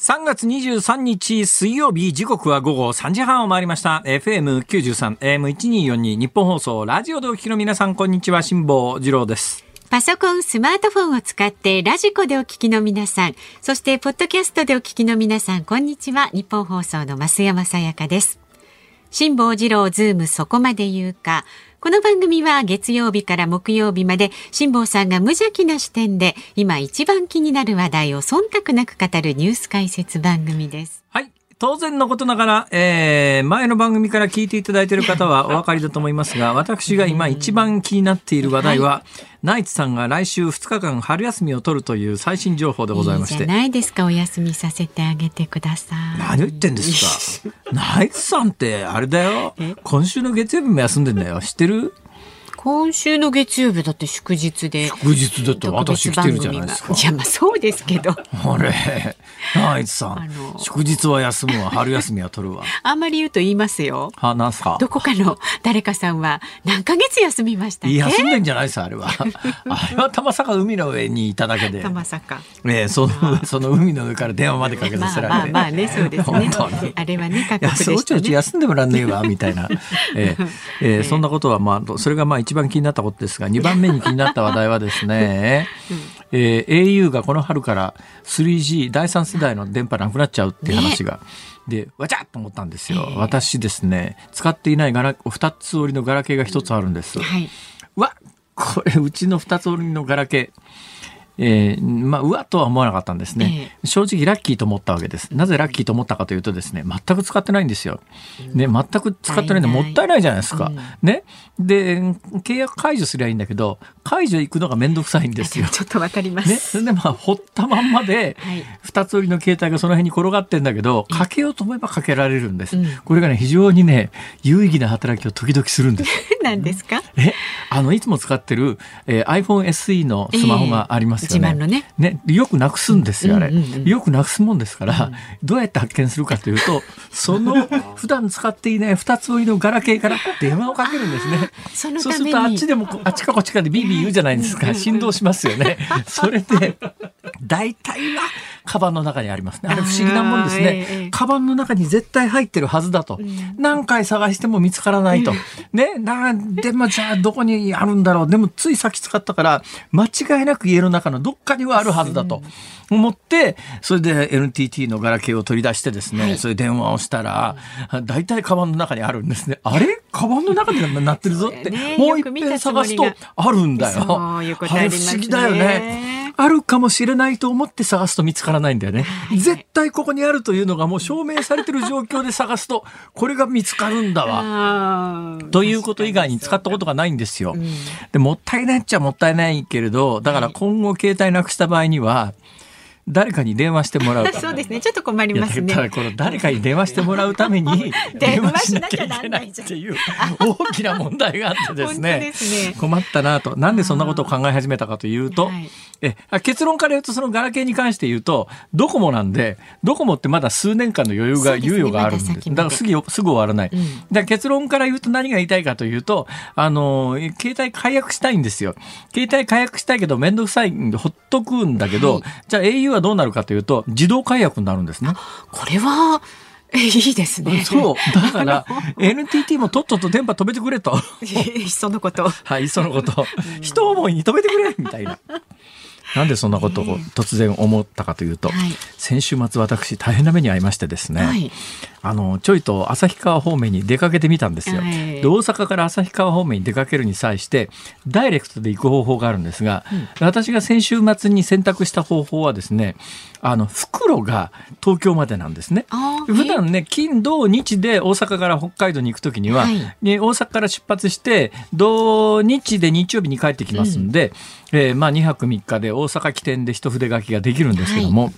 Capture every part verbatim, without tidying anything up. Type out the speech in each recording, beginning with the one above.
さんがつにじゅうさんにち水曜日、時刻は午後さんじはんを回りました。 エフエムきゅうじゅうさん エーエムせんにひゃくよんじゅうに 日本放送ラジオでお聞きの皆さん、こんにちは。辛坊治郎です。 パソコン、スマートフォンを使ってラジコでお聞きの皆さん、そしてポッドキャストでお聞きの皆さん、こんにちは。日本放送の増山さやかです。辛坊治郎ズームそこまで言うか。この番組は月曜日から木曜日まで辛坊さんが無邪気な視点で今一番気になる話題を忖度なく語るニュース解説番組です。 はい、当然のことながら、えー、前の番組から聞いていただいている方はお分かりだと思いますが、私が今一番気になっている話題は、はい、ナイツさんが来週ふつかかん春休みを取るという最新情報でございまして。 いいじゃないですか、お休みさせてあげてください。 何言ってんですかナイツさんってあれだよ、今週の月曜日も休んでんだよ。知ってる？ 今週の月曜日だって祝日で。 祝日だって私来てるじゃないですか。 いや、まあそうですけど。 あれ、ナイツさん、祝日は休むわ、春休みは取るわ。 あんまり言うと言いますよ。 は、なんすか？ どこかの誰かさんは何ヶ月休みましたっけ？ 休んでんじゃないですあれは。あれはたまさか海の上にいただけで。 たまさか。 えー、そのその海の上から電話までかけさせられて。 まあまあまあね、そうですね。あれはね、過酷でしたね。 いや、そうちょい休んでもらんねえわみたいな。えーえー、そんなことはまあそれがまあ一番気になったことですが、にばんめに気になった話題はですね、うん、えー、エーユー がこの春から スリージー だいさん世代の電波なくなっちゃうっていう話が、ね、でわちゃっと思ったんですよ、えー、私ですね、使っていないガラふたつ折りのガラケーがひとつあるんです、うん、はい、うわこれうちのふたつ折りのガラケー、えーまあ、うわとは思わなかったんですね、えー、正直ラッキーと思ったわけです。なぜラッキーと思ったかというとですね、全く使ってないんですよ、ね、全く使ってないんでもったいないじゃないですか、うん、ね、で契約解除すりゃいいんだけど、解除行くのがめんどくさいんですよ。 ちょっとわかります、 ね、それでまあ掘ったまんまでふたつ折りの携帯がその辺に転がってんだけど、かけようと思えばかけられるんです、うん、これがね非常にね有意義な働きを時々するんです何ですか？ えあのいつも使ってる、えー、iPhone エスイー のスマホがありますよね、えー自慢のねね、よくなくすんですよあれ、うんうんうん、よくなくすもんですから、うん、どうやって発見するかというと、その普段使っていないふたつ折りのガラケーから電話をかけるんですね。 そのそうするとあっちでもあっちかこっちかでビービー言うじゃないですか、振動しますよね。それで大体はカバンの中にありますね。あれ不思議なもんですね、えー、カバンの中に絶対入ってるはずだと、うん、何回探しても見つからないと、うん、ね、なんでもじゃあどこにあるんだろう、でもついさっき使ったから間違いなく家の中のどっかにはあるはずだと思って、それで エヌティーティー のガラケーを取り出してですね、はい、それで電話をしたら大体カバンの中にあるんですね。あれカバンの中になってるぞって、ね、もう一遍探すとあるんだよ。 そういうことありますね。 あれ不思議だよね。あるかもしれないと思って探すと見つからないんだよね、はい、絶対ここにあるというのがもう証明されてる状況で探すとこれが見つかるんだわということ以外に使ったことがないんですよ、うん、でもったいないっちゃもったいないけれど、だから今後携帯なくした場合には誰かに電話してもらうそうですね、ちょっと困りますね。 いやだからこの誰かに電話してもらうために電話しなきゃいけないっていう大きな問題があってですね、ですね、困ったなと。なんでそんなことを考え始めたかというと、はい、え結論から言うと、そのガラケーに関して言うとドコモなんで、ドコモってまだ数年間の余裕が、ね、猶予があるんです。だからすぐすぐ終わらない、うん、だから結論から言うと何が言いたいかというと、あの携帯解約したいんですよ。携帯解約したいけどめんどくさいんでほっとくんだけど、はい、じゃあ エーユー はどうなるかというと自動解約になるんですね。 これはえいいですね。 そうだから エヌティーティー もとっとと電波止めてくれといっそのことはいいっそのこと一思いに止めてくれみたいな。なんでそんなことを突然思ったかというと、はい、先週末私大変な目に遭いましてですね、はい、あのちょいと旭川方面に出かけてみたんですよ、はい、で大阪から旭川方面に出かけるに際してダイレクトで行く方法があるんですが、うん、私が先週末に選択した方法はですね、あの袋が東京までなんですね。普段ね金土日で大阪から北海道に行くときには、はい、ね、大阪から出発して土日で日曜日に帰ってきますんで、うん、えーまあ、にはくみっかで大阪起点で一筆書きができるんですけども、はい、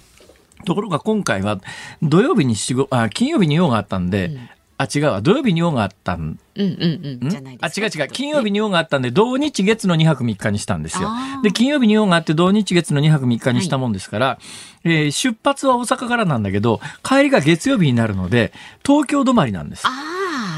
ところが今回は土曜日に仕事あ金曜日に用があったんで、うん、あ違うわ土曜日に用があったん、うんうんうん、じゃないですか。あ違う違う金曜日に用があったんで土日月のにはくみっかにしたんですよ。で金曜日に用があって土日月のにはくみっかにしたもんですから、はい、えー、出発は大阪からなんだけど帰りが月曜日になるので東京止まりなんです。 あ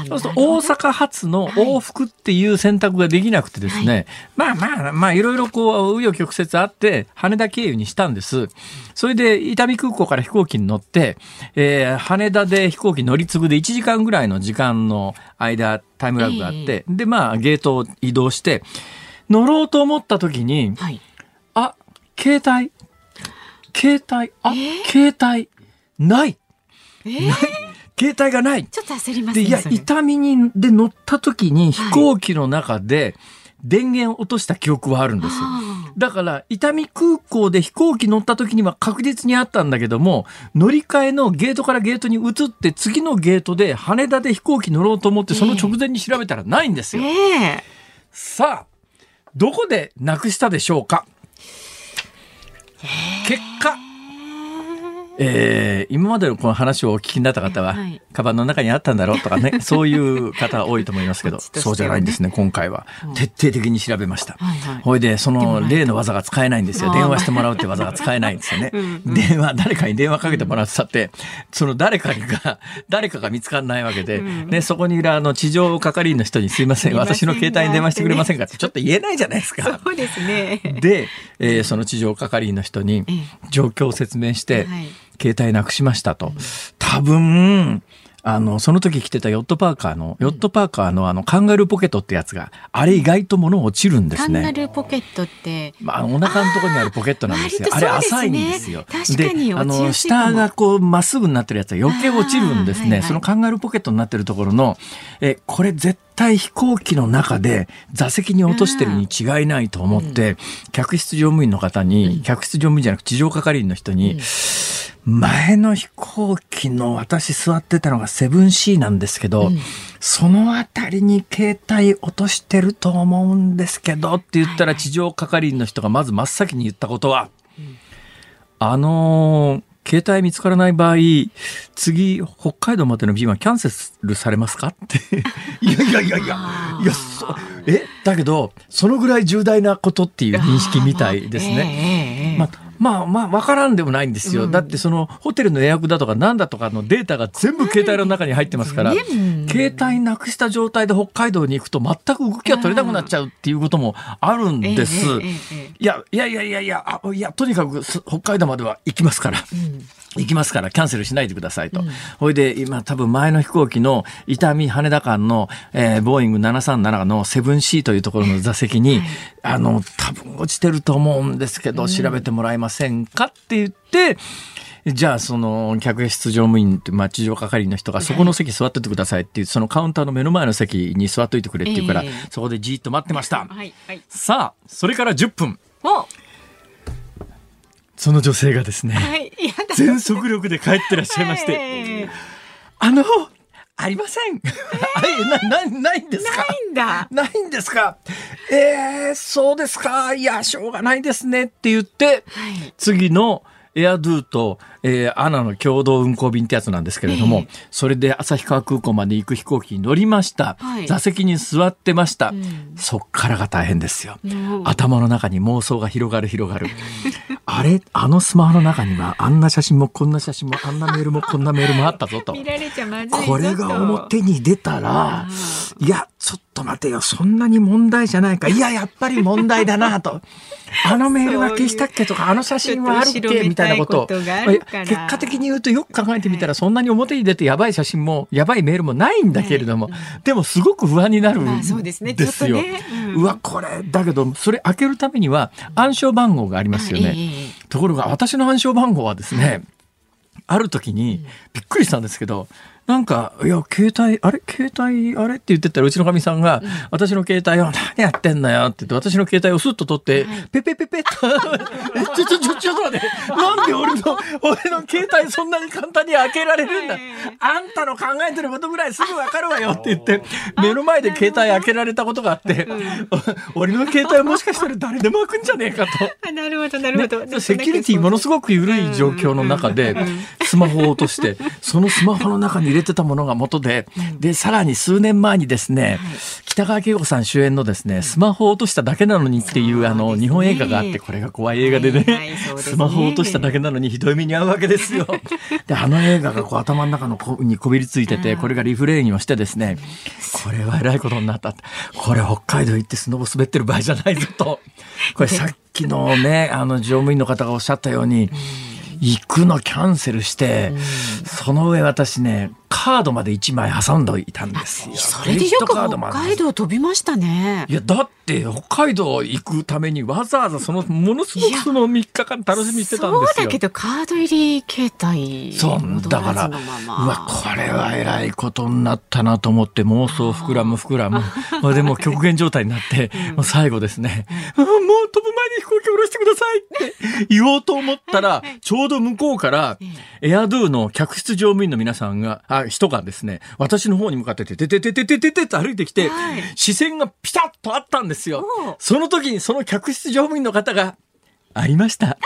そうすると大阪発の往復っていう選択ができなくてですね、はい、まあまあまあいろいろこう紆余曲折あって羽田経由にしたんです。それで伊丹空港から飛行機に乗って、えー、羽田で飛行機乗り継ぐでいちじかんぐらいの時間の間タイムラグがあって、えー、でまあゲートを移動して乗ろうと思った時に、はい、あ携帯携帯あ、えー、携帯ない、えー、ない携帯がない。 ちょっと焦りますね。 で、いや、伊丹にで乗った時に飛行機の中で電源を落とした記憶はあるんですよ。はい、だから伊丹空港で飛行機乗った時には確実にあったんだけども、乗り換えのゲートからゲートに移って次のゲートで羽田で飛行機乗ろうと思ってその直前に調べたらないんですよ。えー、さあどこでなくしたでしょうか。えー、結果えー、今までのこの話をお聞きになった方は、はい、カバンの中にあったんだろうとかねそういう方多いと思いますけど、ね、そうじゃないんですね。今回は徹底的に調べました。はいはい、ほいでその例の技が使えないんですよ。電話してもらうって技が使えないんですよね。うんうん、電話誰かに電話かけてもらってたって、うん、その誰かが誰かが見つからないわけで、うんね、そこにいるあの地上係員の人にすいません私の携帯に電話してくれませんかってちょっと言えないじゃないですか。 そうですね。 で、えー、その地上係員の人に状況を説明して、はい携帯なくしましたと。多分あのその時着てたヨットパーカーのヨットパーカーのあのカンガルーポケットってやつがあれ意外と物落ちるんですね。 カンガルーポケットって、 まあ、お腹のところにあるポケットなんですよ。 あ, あれ浅いんですよ。 確かにであの下がこうまっすぐになってるやつは余計落ちるんですね。はいはい、そのカンガルーポケットになってるところのえこれ絶対飛行機の中で座席に落としてるに違いないと思って、うん、客室乗務員の方に、うん、客室乗務員じゃなく地上係員の人に、うん前の飛行機の私座ってたのがセブンシーなんですけど、うん、そのあたりに携帯落としてると思うんですけどって言ったら地上係員の人がまず真っ先に言ったことは、うん、あのー携帯見つからない場合次北海道までの便はキャンセルされますかっていやいやいやいやいやそえだけどそのぐらい重大なことっていう認識みたいですね。まあまあまあ分からんでもないんですよ。うん、だってそのホテルの予約だとかなんだとかのデータが全部携帯の中に入ってますから、携帯なくした状態で北海道に行くと全く動きが取れなくなっちゃうっていうこともあるんです。いやいやいやいやいやあいやとにかく北海道までは行きますから。うん行きますからキャンセルしないでくださいと。ほ、うん、いで今多分前の飛行機の伊丹羽田間の、えー、ボーイングななさんななのセブンシーというところの座席に、はい、あの多分落ちてると思うんですけど、うん、調べてもらえませんかって言ってじゃあその客室乗務員って、まあ、地上係の人がそこの席座っててくださいっていうそのカウンターの目の前の席に座っといてくれって言うから、えー、そこでじーっと待ってました。はいはい、さあそれからじゅっぷんおその女性がですね、はい、全速力で帰ってらっしゃいまして、あのありませんな, な, ないんですかないんだないんですかえー、そうですかいやしょうがないですねって言って、はい、次のエアドゥと、えー、アナの共同運航便ってやつなんですけれども、えー、それで旭川空港まで行く飛行機に乗りました、はい、座席に座ってました、うん、そっからが大変ですよ、うん、頭の中に妄想が広がる広がるあれあのスマホの中にはあんな写真もこんな写真もあんなメールもこんなメールもあったぞと見られちゃまずいぞとこれが表に出たらいやちょっと待てよそんなに問題じゃないかいややっぱり問題だなとあのメールは消したっけとかあの写真はあるっけみたいなことを結果的に言うとよく考えてみたらそんなに表に出てやばい写真もやばいメールもないんだけれども、はい、でもすごく不安になるんですよ、まあ、そうですね、ちょっとね、うん、うわこれだけどそれ開けるためには暗証番号がありますよね、うん、ところが私の暗証番号はですね、うん、ある時にびっくりしたんですけどなんかいや携帯あれ携帯あれって言ってたらうちのかみさんが、うん、私の携帯を何やってんのよって言って私の携帯をスッと取って、はい、ペペペペッとえちょちょちょちょっと待ってなんで俺の俺の携帯そんなに簡単に開けられるんだ、はい、あんたの考えてることぐらいすぐ分かるわよって言って目の前で携帯開けられたことがあって、うん、俺の携帯はもしかしたら誰でも開くんじゃねえかとなるほどなるほど、 ね、セキュリティものすごく緩い状況の中で、うんうん、 スマホを落としてそのスマホの中に入れてたものが元で、でさらに数年前にですね、はい、北川景子さん主演のですね、スマホを落としただけなのにっていう、あの日本映画があって、これが怖い映画でね、はいはい、スマホを落としただけなのにひどい目に遭うわけですよ。であの映画がこう頭の中のこにこびりついてて、これがリフレインをしてですね、これはえらいことになった。これ北海道行ってスノボ滑ってる場合じゃないぞと。これさっきのね、あの乗務員の方がおっしゃったように、行くのキャンセルして、その上私ね、カードまでいちまい挟んでいたんですよ。 それでよく北海道飛びましたね。 いやだって北海道行くためにわざわざそのものすごくそのみっかかん楽しみにしてたんですよ。 そうだけどカード入り携帯そうだから、うわこれはえらいことになったなと思って妄想膨らむ膨らむでも極限状態になって、うん、もう最後ですね、うん、もう飛ぶ前に飛行機降ろしてくださいって言おうと思ったら、ちょうど向こうからエアドゥの客室乗務員の皆さんがあ人がですね、私の方に向かってててててててててって歩いてきて、はい、視線がピタッとあったんですよ。その時にその客室乗務員の方がありました。よか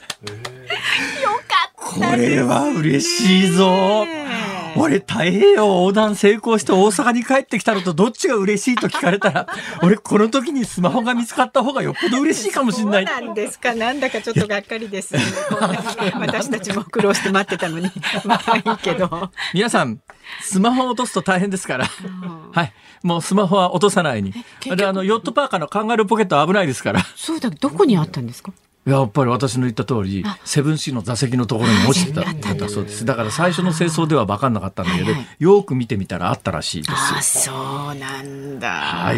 ったです。 これは嬉しいぞ。俺太平洋横断成功して大阪に帰ってきたのとどっちが嬉しいと聞かれたら、俺この時にスマホが見つかった方がよっぽど嬉しいかもしれない。 そうなんですか。なんだかちょっとがっかりです。私たちも苦労して待ってたのにまあいいけど、 皆さんスマホを落とすと大変ですから、はい、もうスマホは落とさないに。であのヨットパーカーのカンガルーポケットは危ないですから。 そうだ、どこにあったんですか。 やっぱり私の言った通りセブンシーの座席のところに落ちてたんだそうです。だから最初の清掃では分かんなかったんだけど、はいはい、よく見てみたらあったらしいですよ。 あ、そうなんだ。 はい。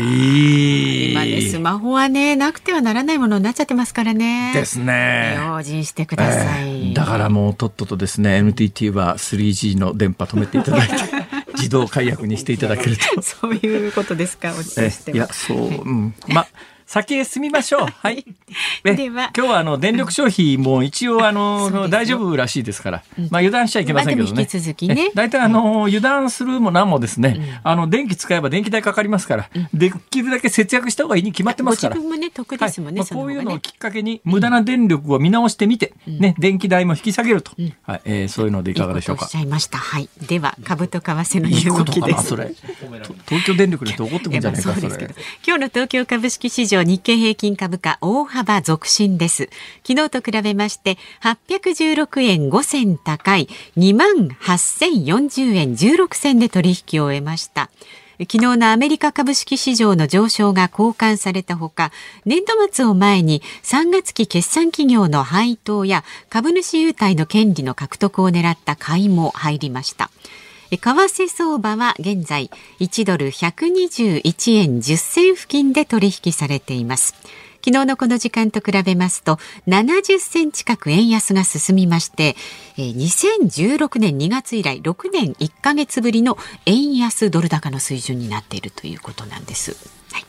今ねスマホはねなくてはならないものになっちゃってますからね。 ですね。 用心してください、 えー、だからもうとっととですね エヌティーティー は スリージー の電波止めていただいて自動解約にしていただけると。 そういうことですか。お伝えしても、 いやそう、うん、ま先へ進みましょう。はい。では今日はあの電力消費も一応あの大丈夫らしいですから、まあ油断しちゃいけませんけどね。 まあ、引き続きね。 だいたいあの油断するも何もですね、あの電気使えば電気代かかりますから、できるだけ節約した方がいいに決まってますから。 ご自分もね得ですもんね。 はい、まあ、こういうのをきっかけに無駄な電力を見直してみて、ね電気代も引き下げると、はい、えー、そういうのでいかがでしょうか。 いいことおっしゃいました。はい。では株と為替の値動きです。 それ東京電力で怒ってくるんじゃないかそれ。 今日の東京株式市場日経平均株価大幅続伸です。昨日と比べましてはっぴゃくじゅうろくえんごせん高い にまんはっせんよんじゅうえんじゅうろくせんで取引を終えました。昨日のアメリカ株式市場の上昇が好感されたほか、年度末を前にさんがつ期決算企業の配当や株主優待の権利の獲得を狙った買いも入りました。為替相場は現在いちドルひゃくにじゅういちえんじゅっせん付近で取引されています。昨日のこの時間と比べますとななじゅっせん近く円安が進みまして、にせんじゅうろくねんにがつ以来ろくねんいっかげつぶりの円安ドル高の水準になっているということなんです。はい、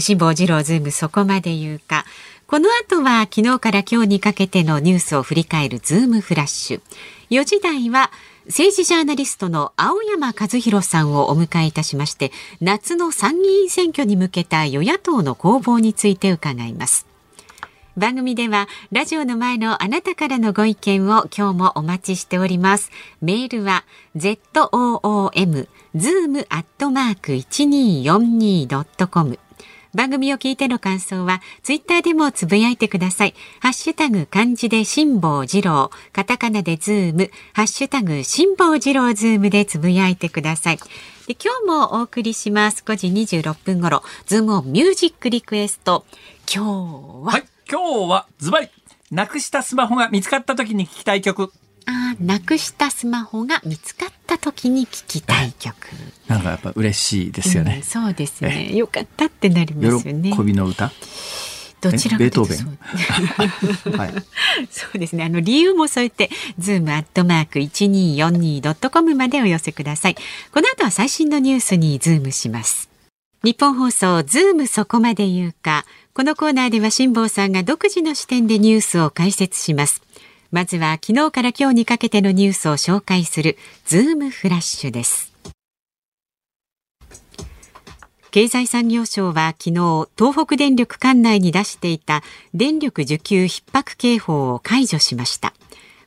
辛坊治郎ズームそこまで言うか。この後は昨日から今日にかけてのニュースを振り返るズームフラッシュ。よじ台は政治ジャーナリストの青山和弘さんをお迎えいたしまして、夏の参議院選挙に向けた与野党の攻防について伺います。番組ではラジオの前のあなたからのご意見を今日もお待ちしております。メールは ズーム ズーム アットマーク いちにーよんにー ドットコム。番組を聞いての感想はツイッターでもつぶやいてください。ハッシュタグ漢字で辛坊治郎、カタカナでズーム、ハッシュタグ辛坊治郎ズームでつぶやいてください。で今日もお送りします。ごじにじゅうろっぷん頃ズームオンミュージックリクエスト。今日は、はい、 今日はズバリなくしたスマホが見つかった時に聞きたい曲。 あ、なくしたスマホが見つかった時に聞きたい曲。 なんかやっぱ嬉しいですよね。 うん、そうですね。よかったってなりますよね。 喜びの歌。 どちらかというとベートーベン。はい。 そうですね。あの理由も添えてズームアットマークいちにーよんにードットコムまでお寄せください。この後は最新のニュースにズームします。日本放送ズームそこまで言うか。このコーナーでは辛坊さんが独自の視点でニュースを解説します。まずは昨日から今日にかけてのニュースを紹介するズームフラッシュです。経済産業省は昨日東北電力管内に出していた電力需給逼迫警報を解除しました。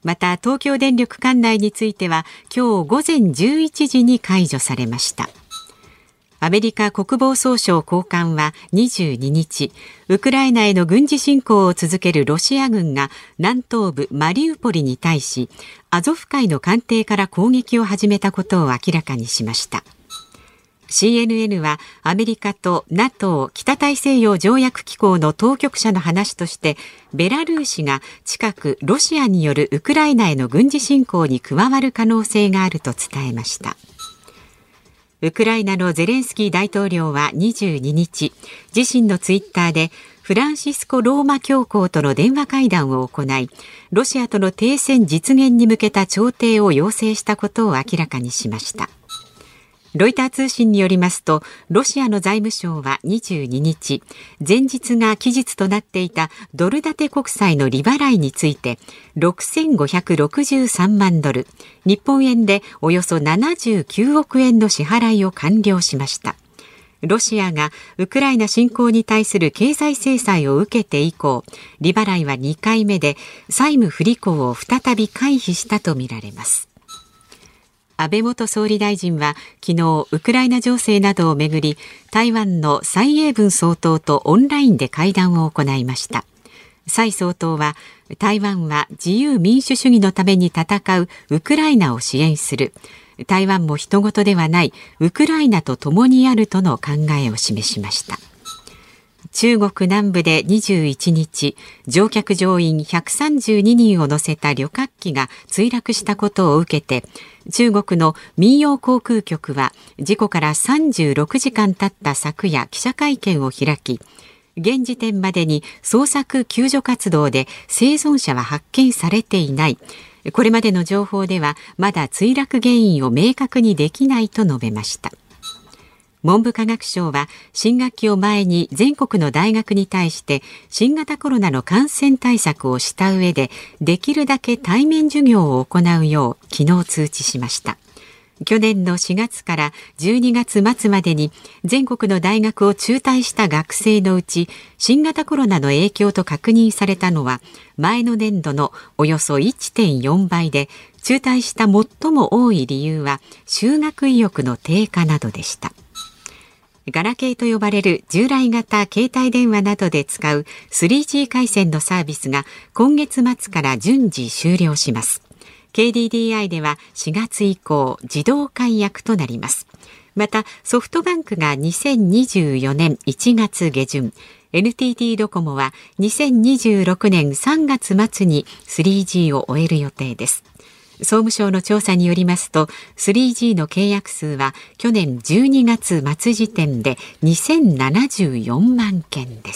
また東京電力管内については今日午前じゅういちじに解除されました。アメリカ国防総省高官はにじゅうににち、ウクライナへの軍事侵攻を続けるロシア軍が南東部マリウポリに対し、アゾフ海の艦艇から攻撃を始めたことを明らかにしました。シーエヌエヌ はアメリカと ナトー 北大西洋条約機構の当局者の話として、ベラルーシが近くロシアによるウクライナへの軍事侵攻に加わる可能性があると伝えました。ウクライナのゼレンスキー大統領はにじゅうににち、自身のツイッターでフランシスコ・ローマ教皇との電話会談を行い、ロシアとの停戦実現に向けた調停を要請したことを明らかにしました。ロイター通信によりますと、ロシアの財務省はにじゅうににち、前日が期日となっていたドル建て国債の利払いについてろくせんごひゃくろくじゅうさんまんドル、日本円でおよそななじゅうきゅうおくえんの支払いを完了しました。ロシアがウクライナ侵攻に対する経済制裁を受けて以降、利払いはにかいめで、債務不履行を再び回避したとみられます。安倍元総理大臣は昨日ウクライナ情勢などをめぐり、台湾の蔡英文総統とオンラインで会談を行いました。蔡総統は、台湾は自由民主主義のために戦うウクライナを支援する、台湾も人事ではないウクライナと共にあるとの考えを示しました。中国南部でにじゅういちにち、乗客乗員ひゃくさんじゅうににんを乗せた旅客機が墜落したことを受けて、中国の民謡航空局は事故からさんじゅうろくじかん経った昨夜記者会見を開き、現時点までに捜索救助活動で生存者は発見されていない、これまでの情報ではまだ墜落原因を明確にできないと述べました。文部科学省は新学期を前に全国の大学に対して新型コロナの感染対策をした上で、できるだけ対面授業を行うよう昨日通知しました。去年のしがつからじゅうにがつまつまでに全国の大学を中退した学生のうち、新型コロナの影響と確認されたのは前の年度のおよそ いってんよんばいで、中退した最も多い理由は就学意欲の低下などでした。ガラケーと呼ばれる従来型携帯電話などで使う スリージー 回線のサービスが今月末から順次終了します。ケーディーディーアイ ではしがつ以降自動解約となります。またソフトバンクがにせんにじゅうよねんいちがつげじゅん、エヌティーティー ドコモはにせんにじゅうろくねんさんがつ末に スリージー を終える予定です。総務省の調査によりますと、スリージー の契約数は去年じゅうにがつ末時点でにせんななじゅうよんまんけんです。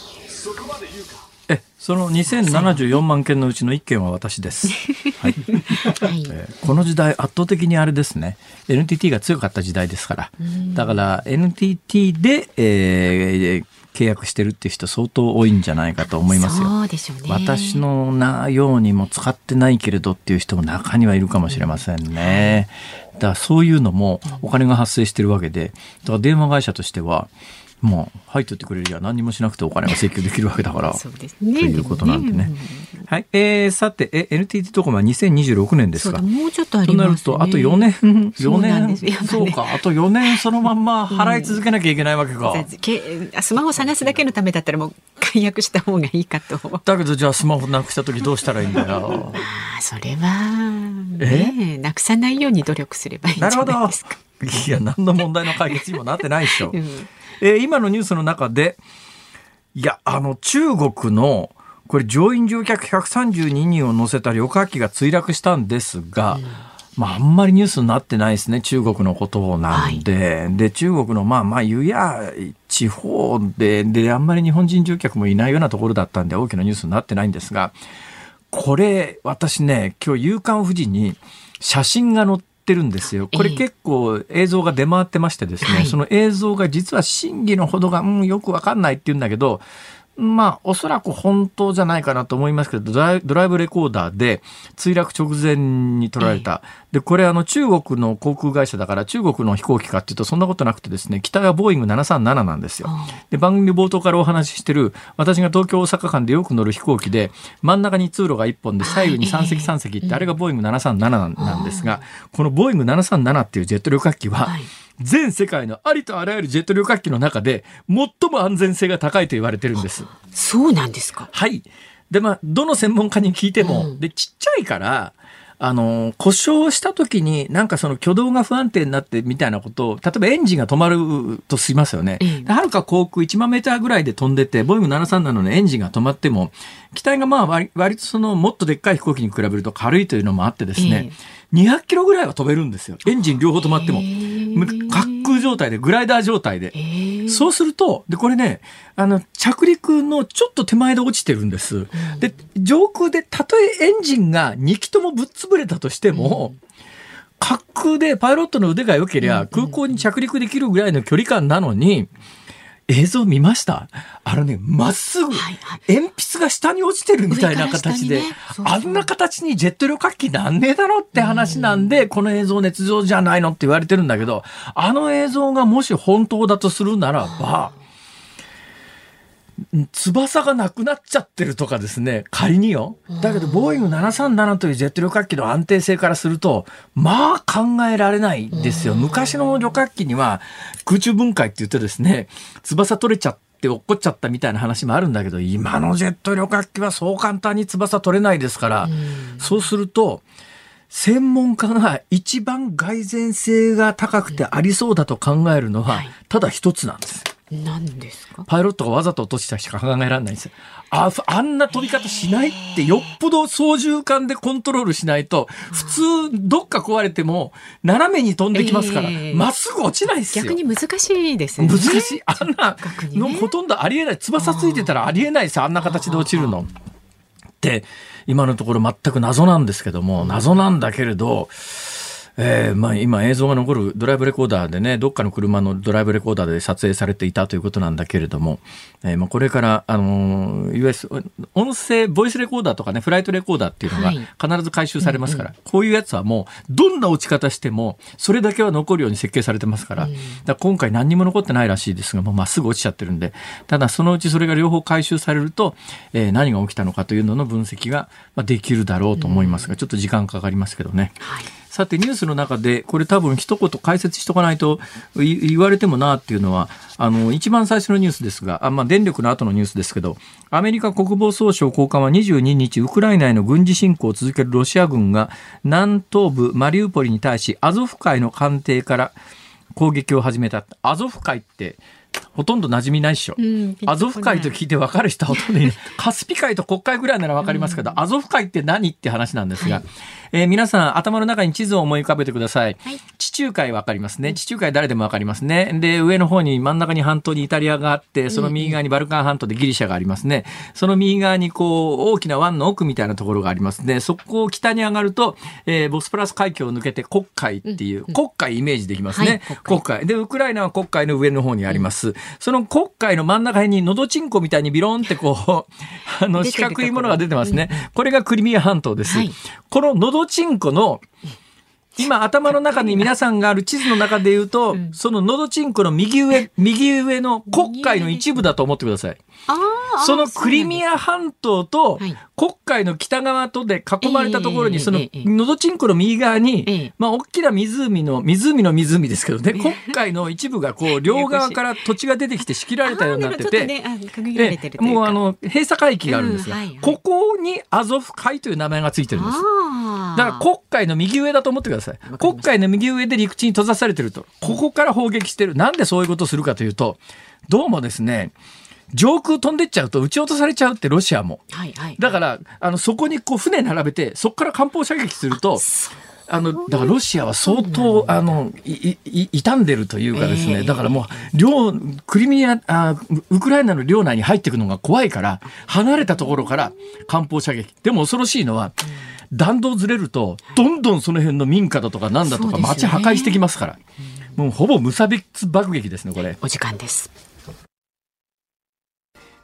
えそのにせんななじゅうよんまんけんのうちのいっけんは私です、はいはいえー、この時代圧倒的にあれですね、 エヌティーティー が強かった時代ですから、だから エヌティーティー で、えー、契約してるっていう人相当多いんじゃないかと思いますよ。 そうでしょうね。 私のなようにも使ってないけれどっていう人も中にはいるかもしれませんね。だからそういうのもお金が発生してるわけで、だから電話会社としてはもう入っとってくれるや何にもしなくてお金が請求できるわけだからそうですね、ということなんでね、はいえー、さてえ エヌティーティー ドコモはにせんにじゅうろくねんですか。 そうだ、もうちょっとありますね。 となるとあとよねんよねんそう、ね、 そうか、あとよねんそのまんま払い続けなきゃいけないわけか、 うん、スマホ探すだけのためだったらもう解約した方がいいかと。 だけどじゃあスマホなくした時どうしたらいいんだよあそれは、ね、なくさないように努力すればいいんじゃないですか。 いや何の問題の解決にもなってないでしょ、うんえー、今のニュースの中でいやあの中国のこれ乗員乗客ひゃくさんじゅうににんを乗せた旅客機が墜落したんですが、うんまあ、あんまりニュースになってないですね。中国のことなんで、はい、で中国のまあまあゆや地方でであんまり日本人乗客もいないようなところだったんで大きなニュースになってないんですが、これ私ね今日夕刊フジに写真が載ってるんですよ。これ結構映像が出回ってましてですね、はい、その映像が実は真偽のほどが、うん、よくわかんないって言うんだけど、 まあおそらく本当じゃないかなと思いますけど、ドライ、ドライブレコーダーで墜落直前に撮られた、ええ、でこれあの中国の航空会社だから中国の飛行機かっていうとそんなことなくてですね、機体はボーイングななさんなななんですよ。で番組冒頭からお話ししてる私が東京大阪間でよく乗る飛行機で真ん中に通路がいっぽんで左右にさん席さん席って、あれがボーイングななさんなななんですが、このボーイングななさんななっていうジェット旅客機は、全世界のありとあらゆるジェット旅客機の中で最も安全性が高いと言われてるんです。 そうなんですか。 はい。でまあどの専門家に聞いても、うん、でちっちゃいからあの故障した時になんかその挙動が不安定になってみたいなことを、例えばエンジンが止まるとしますよね。はるか航空いちまんメーターぐらいで飛んでてボーイングななさんななのエンジンが止まっても機体がまあ割、割とそのもっとでっかい飛行機に比べると軽いというのもあってですね、えーにひゃくキロぐらいは飛べるんですよ。エンジン両方止まっても。滑空状態で、グライダー状態で。そうすると、で、これね、あの、着陸のちょっと手前で落ちてるんです。で、上空でたとえエンジンがに機ともぶっ潰れたとしても、滑空でパイロットの腕が良ければ空港に着陸できるぐらいの距離感なのに、映像見ました？あのね、まっすぐ、はいはい、鉛筆が下に落ちてるみたいな形で、ね、そうそうあんな形にジェット旅客機なんねえだろって話なんで、この映像捏造じゃないのって言われてるんだけど、あの映像がもし本当だとするならば、翼がなくなっちゃってるとかですね、仮によ。だけどボーイングななさんななというジェット旅客機の安定性からするとまあ考えられないですよ。昔の旅客機には空中分解って言ってですね、翼取れちゃって落っこっちゃったみたいな話もあるんだけど、今のジェット旅客機はそう簡単に翼取れないですから、そうすると専門家が一番蓋然性が高くてありそうだと考えるのはただ一つなんです。 何ですか？ パイロットがわざと落としたしか考えられないんです。あ、あんな飛び方しないってよっぽど操縦桿でコントロールしないと、普通どっか壊れても斜めに飛んできますから、ま、えー、っすぐ落ちないですよ。 逆に難しいですよね。 難しい。あんなのほとんどありえない。翼ついてたらありえないですよ。あんな形で落ちるの。って今のところ全く謎なんですけども、謎なんだけれど、えーまあ、今映像が残るドライブレコーダーでね、どっかの車のドライブレコーダーで撮影されていたということなんだけれども、えーまあ、これから、あのー、いわゆる音声ボイスレコーダーとかね、フライトレコーダーっていうのが必ず回収されますから、はい、こういうやつはもうどんな落ち方してもそれだけは残るように設計されてますから、だから今回何にも残ってないらしいですが、もうまっすぐ落ちちゃってるんで、ただそのうちそれが両方回収されると、えー、何が起きたのかというのの分析ができるだろうと思いますが、ちょっと時間かかりますけどね。はい、さてニュースの中でこれ多分一言解説しとかないと言われてもなっていうのは、あの一番最初のニュースですが、あ、まあ、電力の後のニュースですけど、アメリカ国防総省高官はにじゅうににちウクライナへの軍事侵攻を続けるロシア軍が南東部マリウポリに対しアゾフ海の艦艇から攻撃を始めた。アゾフ海ってほとんど馴染みないっしょ、うん、アゾフ海と聞いて分かる人はほとんどいない。カスピ海と黒海ぐらいなら分かりますけど、うん、アゾフ海って何って話なんですが、はい、えー、皆さん頭の中に地図を思い浮かべてください。はい、地中海分かりますね。地中海誰でも分かりますね。で上の方に真ん中に半島にイタリアがあって、その右側にバルカン半島でギリシャがありますね。その右側にこう大きな湾の奥みたいなところがありますね。そこを北に上がると、えー、ボスポラス海峡を抜けて黒海っていう、うん、黒海イメージできますね。はい、黒海でウクライナは黒海の上の方にあります。うん、その黒海の真ん中にのどちんこみたいにビロンってこうあの四角いものが出てますね。これがクリミア半島です。はい、こののどちんこの今頭の中に皆さんがある地図の中で言うと、うん、そののどちんこの右上右上の黒海の一部だと思ってください。そのクリミア半島と黒海の北側とで囲まれたところに、そののどちんこの右側に、まあ大きな湖の湖の湖ですけどね、黒海の一部がこう両側から土地が出てきて仕切られたようになってて、もうあの閉鎖海域があるんですが、ここにアゾフ海という名前がついてるんです。だから黒海の右上だと思ってください。黒海の右上で陸地に閉ざされてると、ここから砲撃してる。なんでそういうことをするかというと、どうもですね、上空飛んでっちゃうと撃ち落とされちゃうってロシアも、はいはい、だからあのそこにこう船並べてそこから艦砲射撃すると、あのだからロシアは相当あのいい傷んでるというかですね、えー、だからもう領クリミアあウクライナの領内に入っていくのが怖いから離れたところから艦砲射撃。でも恐ろしいのは、うん、弾道ずれるとどんどんその辺の民家だとかなんだとか街破壊してきますから、もうほぼ無差別爆撃ですねこれ。 お時間です。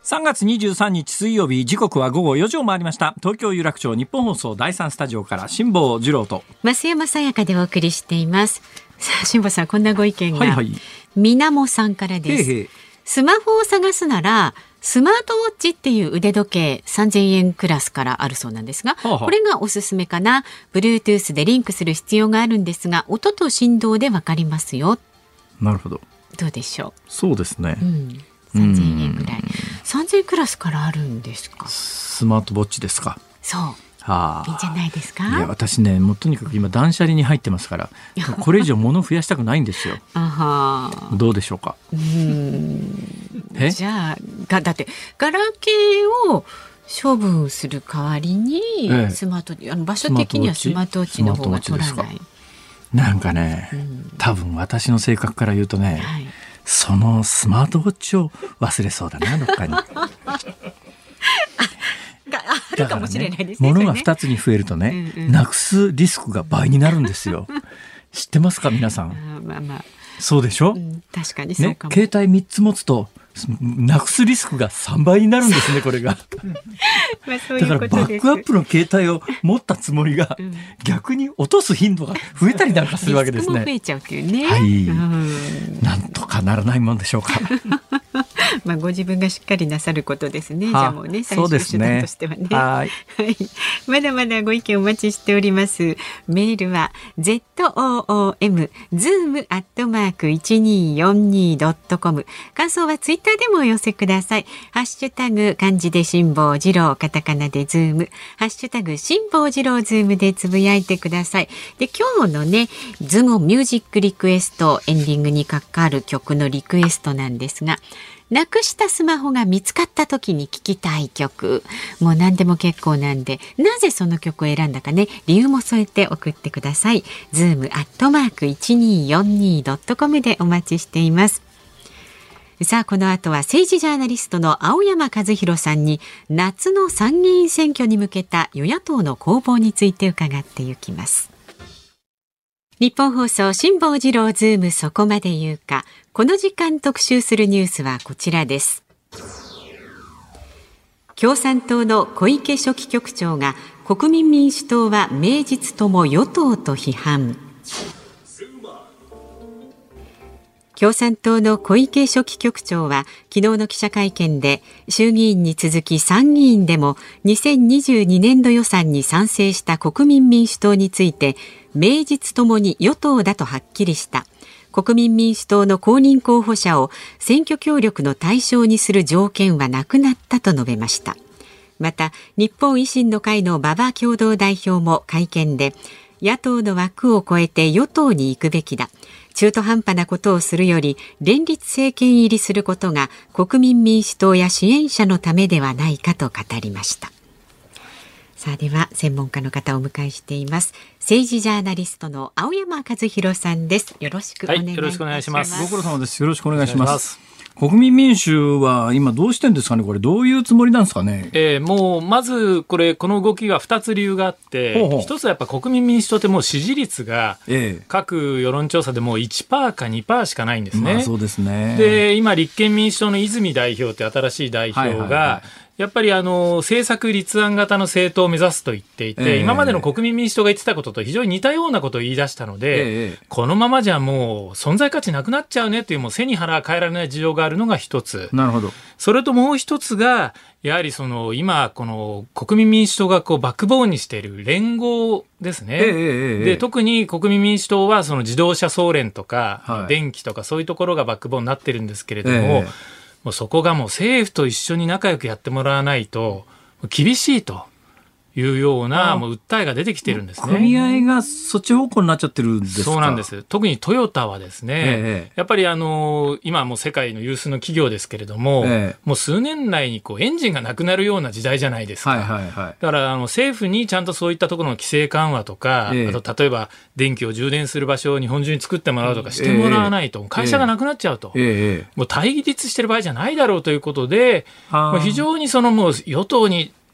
さんがつにじゅうさんにち水曜日、時刻はごごよじを回りました。東京有楽町日本放送だいさんスタジオから辛坊治郎と増山さやかでお送りしています。さあ辛坊さん、こんなご意見が、はいはい、みなもさんからです。へーへー。スマホを探すならスマートウォッチっていう腕時計さんぜんえんクラスからあるそうなんですが、はあはあ、これがおすすめかな。 Bluetooth でリンクする必要があるんですが、音と振動でわかりますよ。 なるほど。 どうでしょう。 そうですね、うん、 さんぜんえんぐらい。さんぜんえんクラスからあるんですか。 スマートウォッチですか。 そう、はあ、いいんじゃないですか。 いや私ね、もうとにかく今断捨離に入ってますから、これ以上物増やしたくないんですよ。あは、どうでしょうか。うーん、えじゃあがだってガラケーを処分する代わりに、ええ、スマートあの場所的にはスマートウォッチの方が取らない。 なんかね、うん、多分私の性格から言うとね、はい、そのスマートウォッチを忘れそうだな、どっかに。 あるかもしれないですね。 物がふたつに増えるとね、うんうん、なくすリスクが倍になるんですよ。知ってますか皆さん。あ、まあまあ、そうでしょ、うん、 確かにそうかも、 ね、携帯みっつ持つとなくすリスクがさんばいになるんですね、これが。まあそういうことです。だからバックアップの携帯を持ったつもりが、うん、逆に落とす頻度が増えたりなんかするわけですね。 リスクも増えちゃうっていうね。 はい、うん、なんとかならないもんでしょうか。 まあご自分がしっかりなさることですね。じゃあもうね、最終手段としてはね。はい、はい、まだまだご意見お待ちしております。メールは ズーム ズーム アットマーク いちにーよんにー ドットコム。感想はツイッターでもお寄せください。ハッシュタグ漢字で辛坊治郎、カタカナでズーム、ハッシュタグ辛坊治郎ズームでつぶやいてください。で、今日のね、ズゴミュージックリクエスト、エンディングにかかる曲のリクエストなんですが、なくしたスマホが見つかった時に聴きたい曲、もう何でも結構なんで、なぜその曲を選んだかね、理由も添えて送ってください。ズームアットマーク いちにーよんにー ドットコム でお待ちしています。さあ、この後は政治ジャーナリストの青山和弘さんに夏の参議院選挙に向けた与野党の攻防について伺っていきます。日本放送辛坊治郎ズームそこまで言うか。この時間特集するニュースはこちらです。共産党の小池書記局長が国民民主党は名実とも与党と批判。共産党の小池書記局長は昨日の記者会見で、衆議院に続き参議院でもにせんにじゅうにねんど予算に賛成した国民民主党について、名実ともに与党だとはっきりした。国民民主党の公認候補者を選挙協力の対象にする条件はなくなったと述べました。また、日本維新の会の馬場共同代表も会見で、野党の枠を超えて与党に行くべきだ。中途半端なことをするより連立政権入りすることが国民民主党や支援者のためではないかと語りました。さあ、では専門家の方をお迎えしています。政治ジャーナリストの青山和弘さんです。よろしくお願いします。はい、よろしくお願いします。 ご苦労様です。よろしくお願いします。国民民主は今どうしてんですかね。これどういうつもりなんですかね。 えー、もうまずこれこの動きがふたつ理由があって、ほうほう、一つはやっぱ国民民主党ってもう支持率が各世論調査でもう いちパーセント か にパーセント しかないんですね。 まあ、そうですね。 で、今立憲民主党の泉代表って新しい代表が、はいはいはい、やっぱりあの政策立案型の政党を目指すと言っていて、えー、今までの国民民主党が言ってたことと非常に似たようなことを言い出したので、えー、このままじゃもう存在価値なくなっちゃうねという、もう背に腹は変えられない事情があるのが一つ。 なるほど。 それともう一つがやはりその今この国民民主党がこうバックボーンにしている連合ですね。えー、で特に国民民主党はその自動車総連とか、はい、電気とかそういうところがバックボーンになってるんですけれども、えーもうそこがもう政府と一緒に仲良くやってもらわないと厳しいというようなもう訴えが出てきてるんですね。 組合がそっち方向になっちゃってるんですか。 そうなんです。特にトヨタはですね、ええ、やっぱりあの今もう世界の有数の企業ですけれども、ええ、もう数年内にこうエンジンがなくなるような時代じゃないですか。はいはいはい、だからあの政府にちゃんとそういったところの規制緩和とか、ええ、あと例えば電気を充電する場所を日本中に作ってもらうとかしてもらわないと、ええ、会社がなくなっちゃうと、ええ、もう対立してる場合じゃないだろうということで、もう非常にそのもう与党に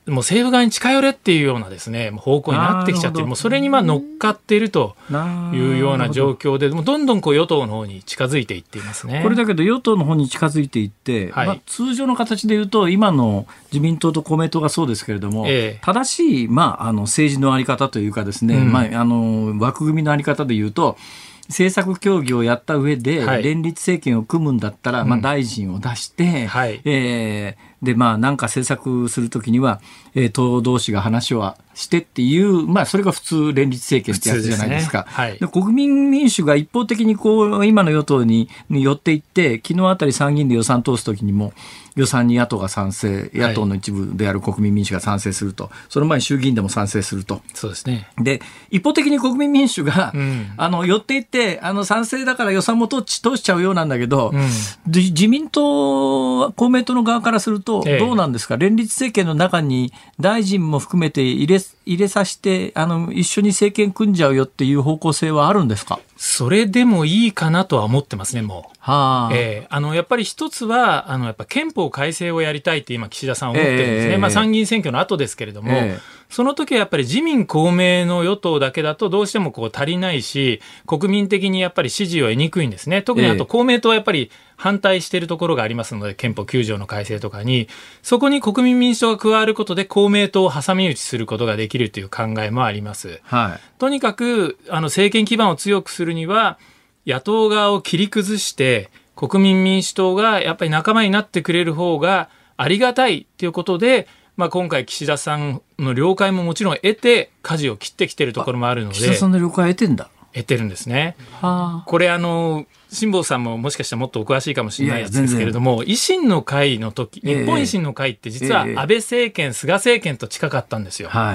もう政府側に近寄れっていうようなですね、方向になってきちゃって、もうそれにまあ乗っかっているというような状況で、もうどんどんこう与党の方に近づいていっていますね。 これだけど与党の方に近づいていって、はい、まあ、通常の形でいうと今の自民党と公明党がそうですけれども、ええ、正しい、まあ、あの政治のあり方というかですね、うん、まあ、あの枠組みのあり方でいうと、政策協議をやった上で、はい、連立政権を組むんだったら、まあ、大臣を出して、うん、はい、えー、で、まあ、なんか政策するときには、えー、党同士が話をしてっていう、まあ、それが普通連立政権ってやつじゃないですか。ですね、はい、で国民民主が一方的にこう今の与党に寄っていって、昨日あたり参議院で予算通すときにも予算に野党が賛成、野党の一部である国民民主が賛成すると、はい、その前に衆議院でも賛成すると。 そうですね。 で、一方的に国民民主が、うん、あの寄っていってあの賛成だから予算も通しちゃうようなんだけど、うん、自民党公明党の側からするとどうなんですか、ええ、連立政権の中に大臣も含めて入れ入れさせてあの一緒に政権組んじゃうよっていう方向性はあるんですか？ それでもいいかなとは思ってますね、もう。 はあ、 えー、あのやっぱり一つはあのやっぱ憲法改正をやりたいって今岸田さん思ってるんですね、えーまあ、参議院選挙の後ですけれども、えー、その時はやっぱり自民公明の与党だけだとどうしてもこう足りないし、国民的にやっぱり支持を得にくいんですね。特にあと公明党はやっぱり反対しているところがありますので、憲法きゅう条の改正とかに、そこに国民民主党が加わることで公明党を挟み撃ちすることができるという考えもあります、はい、とにかくあの政権基盤を強くするには野党側を切り崩して国民民主党がやっぱり仲間になってくれる方がありがたいということで、まあ、今回岸田さんの了解ももちろん得て舵を切ってきているところもあるので。 岸田さんの了解得てんだ。 得てるんですね。はあ、これあの辛坊さんももしかしたらもっとお詳しいかもしれないですけれども、維新の会の時、日本維新の会って実は安倍政権、菅政権と近かったんですよ。はい、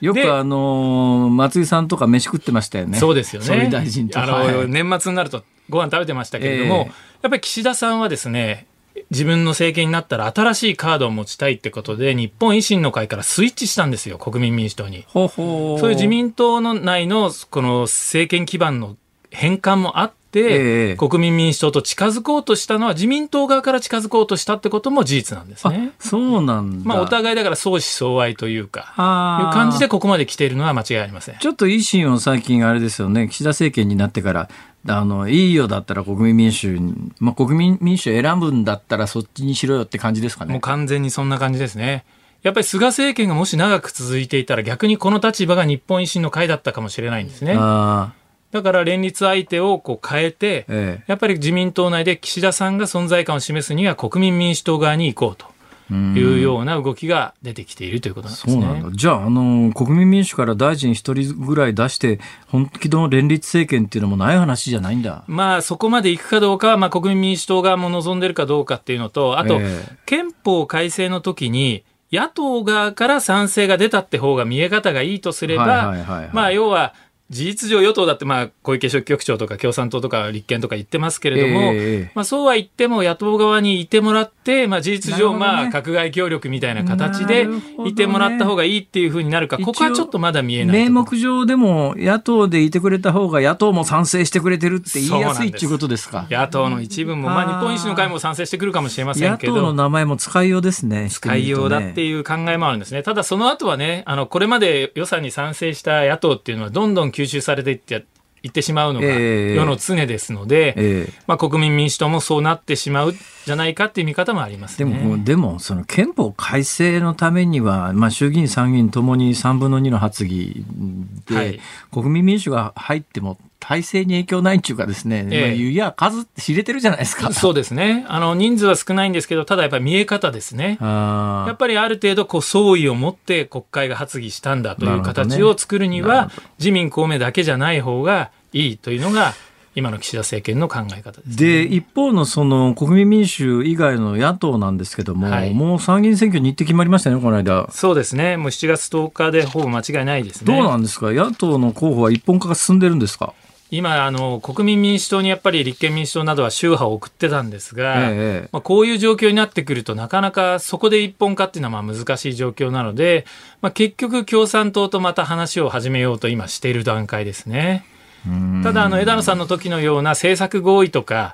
よくあの松井さんとか飯食ってましたよね。 そうですよね。 総理大臣とか、 あの、はい、年末になるとご飯食べてましたけれども、えー、やっぱり岸田さんはですね、自分の政権になったら新しいカードを持ちたいってことで日本維新の会からスイッチしたんですよ、国民民主党に。ほうほう。そういう自民党の内のこの政権基盤の変換もあって、えー、国民民主党と近づこうとしたのは自民党側から近づこうとしたってことも事実なんですね。 そうなんだ。 まあ、お互いだから相思相愛というかいう感じでここまで来ているのは間違いありません。 ちょっと維新を最近あれですよね、岸田政権になってからあのいいよだったら国民民主、まあ、国民民主を選ぶんだったらそっちにしろよって感じですかね。 もう完全にそんな感じですね。やっぱり菅政権がもし長く続いていたら逆にこの立場が日本維新の会だったかもしれないんですね。あ、だから連立相手をこう変えて、ええ、やっぱり自民党内で岸田さんが存在感を示すには国民民主党側に行こうというような動きが出てきているということなんですね。 そうなんだ。じゃあ、あの国民民主から大臣一人ぐらい出して本気の連立政権っていうのもない話じゃないんだ。 まあそこまで行くかどうかは、まあ、国民民主党側も望んでるかどうかっていうのと、あと、ええ、憲法改正の時に野党側から賛成が出たって方が見え方がいいとすれば、まあ要は事実上与党だってまあ小池書記局長とか共産党とか立憲とか言ってますけれども、えーまあ、そうは言っても野党側にいてもらって、まあ、事実上まあ閣外協力みたいな形でいてもらった方がいいっていうふうになるか、ここはちょっとまだ見えない。 名目上でも野党でいてくれた方が野党も賛成してくれてるって言いやすいっていうことですか。 野党の一部も、まあ、日本維新の会も賛成してくるかもしれませんけど、 野党の名前も使いようですね。 使いようだっていう考えもあるんですね。ただその後はね、あのこれまで予算に賛成した野党っていうのはどんどん吸収されていって言ってしまうのが世の常ですので、えーえーまあ、国民民主党もそうなってしまうじゃないかっていう見方もありますね。 でも、でもその憲法改正のためには、まあ、衆議院参議院ともにさんぶんのにの発議で、はい、国民民主が入っても体制に影響ないっていうかですね、えーまあ、いや数って知れてるじゃないですか。 そうですね。あの人数は少ないんですけど、ただやっぱり見え方ですね。あ、やっぱりある程度こう総意を持って国会が発議したんだという形を作るには、ね、自民公明だけじゃない方がいいというのが今の岸田政権の考え方です、ね。 で一方のその国民民主以外の野党なんですけども、はい、もう参議院選挙日程決まりましたね、この間。 そうですね。もうしちがつとおかでほぼ間違いないですね。 どうなんですか、野党の候補は一本化が進んでるんですか。 今あの国民民主党にやっぱり立憲民主党などは秋波を送ってたんですが、ええまあ、こういう状況になってくるとなかなかそこで一本化っていうのはまあ難しい状況なので、まあ、結局共産党とまた話を始めようと今している段階ですね。ただあの枝野さんの時のような政策合意とか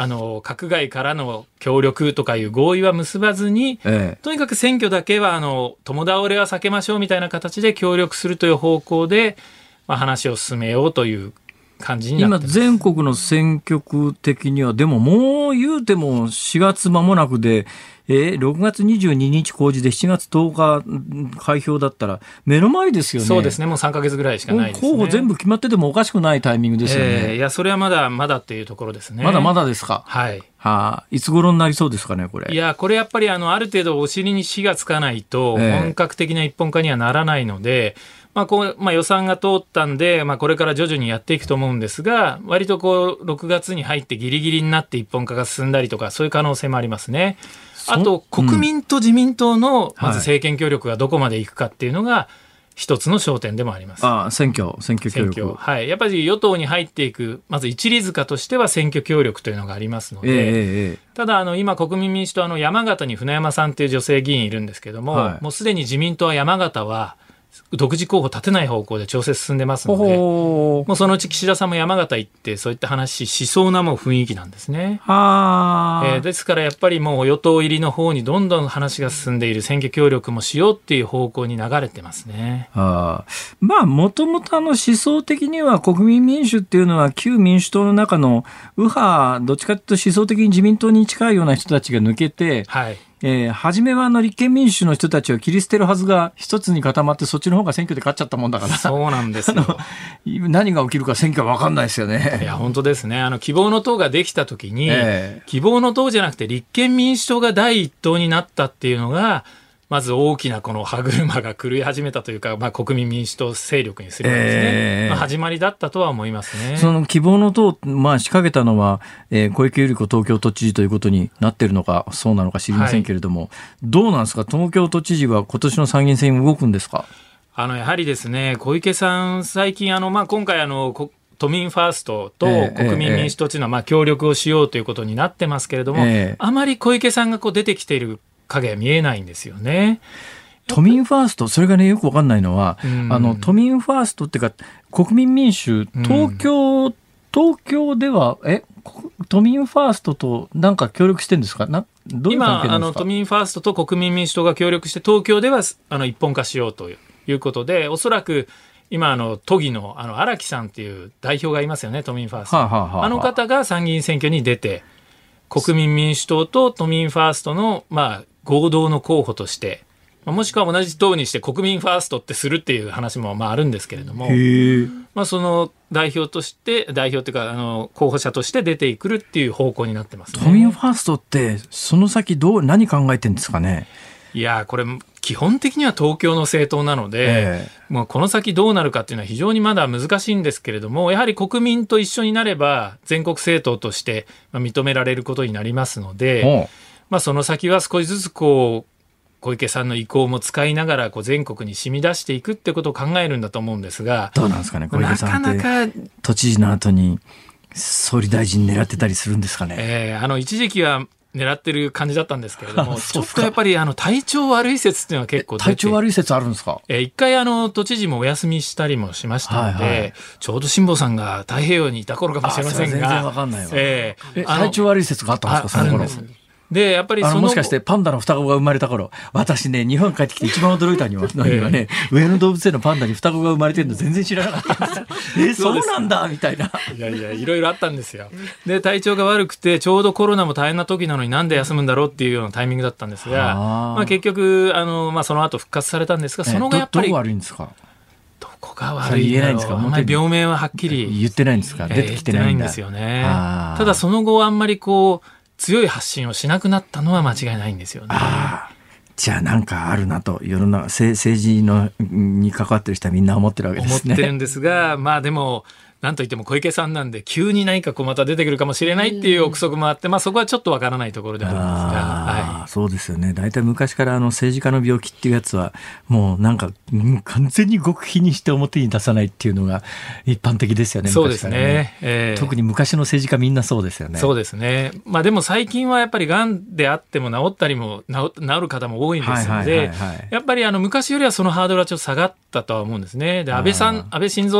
あの閣外からの協力とかいう合意は結ばずに、ええ、とにかく選挙だけはあの共倒れは避けましょうみたいな形で協力するという方向で、まあ、話を進めようという感じになってます。 今全国の選挙区的にはでももう言うてもしがつ間もなくで、えー、ろくがつにじゅうににち公示でしちがつとおか開票だったら目の前ですよね。 そうですね、もうさんかげつぐらいしかないですね。 候補全部決まっててもおかしくないタイミングですよね。 えー、いやそれはまだまだっていうところですね。 まだまだですか。 はい。 はあ、いつ頃になりそうですかねこれ。 いやこれやっぱりあのある程度お尻に火がつかないと本格的な一本化にはならないので、えーまあこうまあ、予算が通ったんで、まあ、これから徐々にやっていくと思うんですが、割とこうろくがつに入ってギリギリになって一本化が進んだりとか、そういう可能性もありますね。あと国民と自民党のまず政権協力がどこまでいくかっていうのが一つの焦点でもあります。 ああ、選挙選挙協力、 選挙、はい、やっぱり与党に入っていくまず一里塚としては選挙協力というのがありますので、えー、ただあの今国民民主党の山形に船山さんという女性議員いるんですけども、はい、もうすでに自民党は山形は独自候補立てない方向で調整進んでますので、もうそのうち岸田さんも山形行ってそういった話しそうなもう雰囲気なんですね。は、えー、ですからやっぱりもう与党入りの方にどんどん話が進んでいる、選挙協力もしようっていう方向に流れてますね。 はまあもともと思想的には国民民主っていうのは旧民主党の中の右派、どっちかというと思想的に自民党に近いような人たちが抜けて、はい、えー、初めはあの立憲民主の人たちを切り捨てるはずが一つに固まってそっちの方が選挙で勝っちゃったもんだから。 そうなんですよ。 何が起きるか選挙は分かんないですよね。 いや本当ですね。あの希望の党ができた時に、えー、希望の党じゃなくて立憲民主党が第一党になったっていうのがまず大きなこの歯車が狂い始めたというか、まあ、国民民主党勢力にすればですね、えーまあ、始まりだったとは思いますね。 その希望の党、まあ、仕掛けたのは、えー、小池百合子東京都知事ということになっているのかそうなのか知りませんけれども、はい、どうなんですか、東京都知事は今年の参議院選動くんですか。 あのやはりですね、小池さん最近あの、まあ、今回あの都民ファーストと国民民主党というのはまあ協力をしようということになってますけれども、えー、あまり小池さんがこう出てきている影は見えないんですよね。 都民ファースト、それがねよく分かんないのは、うん、あの都民ファーストっていうか国民民主、東京、うん、東京ではえ都民ファーストとなんか協力してるんですか。などういう関係なんですか。 今あの都民ファーストと国民民主党が協力して東京ではあの一本化しようということで、おそらく今あの都議のあの荒木さんっていう代表がいますよね、都民ファースト、はあはあはあ、あの方が参議院選挙に出て国民民主党と都民ファーストのまあ合同の候補として、もしくは同じ党にして国民ファーストってするっていう話もまああるんですけれども、まあ、その代表として代表というかあの候補者として出てくるっていう方向になってますね。 都民ファーストってその先どう何考えてるんですかね。 いやこれ基本的には東京の政党なので、えー、もうこの先どうなるかっていうのは非常にまだ難しいんですけれども、やはり国民と一緒になれば全国政党として認められることになりますので、まあ、その先は少しずつこう小池さんの意向も使いながらこう全国に染み出していくってことを考えるんだと思うんですが、 どうなんですかね、小池さんってなかなか都知事の後に総理大臣狙ってたりするんですかね。 えー、あの一時期は狙ってる感じだったんですけれどもちょっとやっぱりあの体調悪い説っていうのは結構出て、 体調悪い説あるんですか。 えー、一回あの都知事もお休みしたりもしましたので、はいはい、ちょうど辛坊さんが太平洋にいた頃かもしれませんが、 全然わかんないわ、 えー、体調悪い説があったんですか。その頃でやっぱりそのもしかしてパンダの双子が生まれた頃、私ね日本帰ってきて一番驚いたのはね、えー、上野動物園のパンダに双子が生まれてるの全然知らなかったんですよ。えー、そうなんだみたいな。 いやいやいろいろあったんですよ。で体調が悪くてちょうどコロナも大変な時なのになんで休むんだろうっていうようなタイミングだったんですが、あ、まあ、結局あの、まあ、その後復活されたんですが、その後やっぱり、 えー、ど, どこ悪いんですか。 どこが悪いんだろう。言えないんですか。あんまり病名ははっきり言ってないんですか。出てきてないんだ。 言ってないんですよね。ただその後あんまりこう強い発信をしなくなったのは間違いないんですよね。 あ、じゃあなんかあるなと世の中政治のに関わってる人はみんな思ってるわけですね。 思ってるんですが、まあでもなんといっても小池さんなんで急に何かこうまた出てくるかもしれないっていう憶測もあって、まあ、そこはちょっとわからないところであるんですが、はい、 そうですよね。大体昔からあの政治家の病気っていうやつはもうなんか完全に極秘にして表に出さないっていうのが一般的ですよね。 そうですね、 えー、特に昔の政治家みんなそうですよね。 そうですね、まあ、でも最近はやっぱりがんであっても治ったりも 治, 治る方も多いんですので、やっぱりあの昔よりはそのハードルはちょっと下がったとは思うんですね。で安倍さん、安倍晋三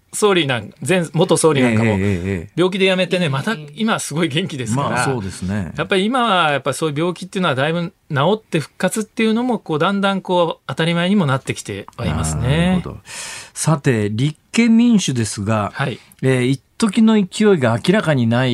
総理なん前元総理なんかも病気で辞めてね、また今すごい元気ですから、 まあそうですね、 やっぱり今はやっぱりそういう病気っていうのはだいぶ治って復活っていうのもこうだんだんこう当たり前にもなってきてはいますね。 なるほど。さて立憲民主ですが、 はい、 えー、一時の勢いが明らかにない、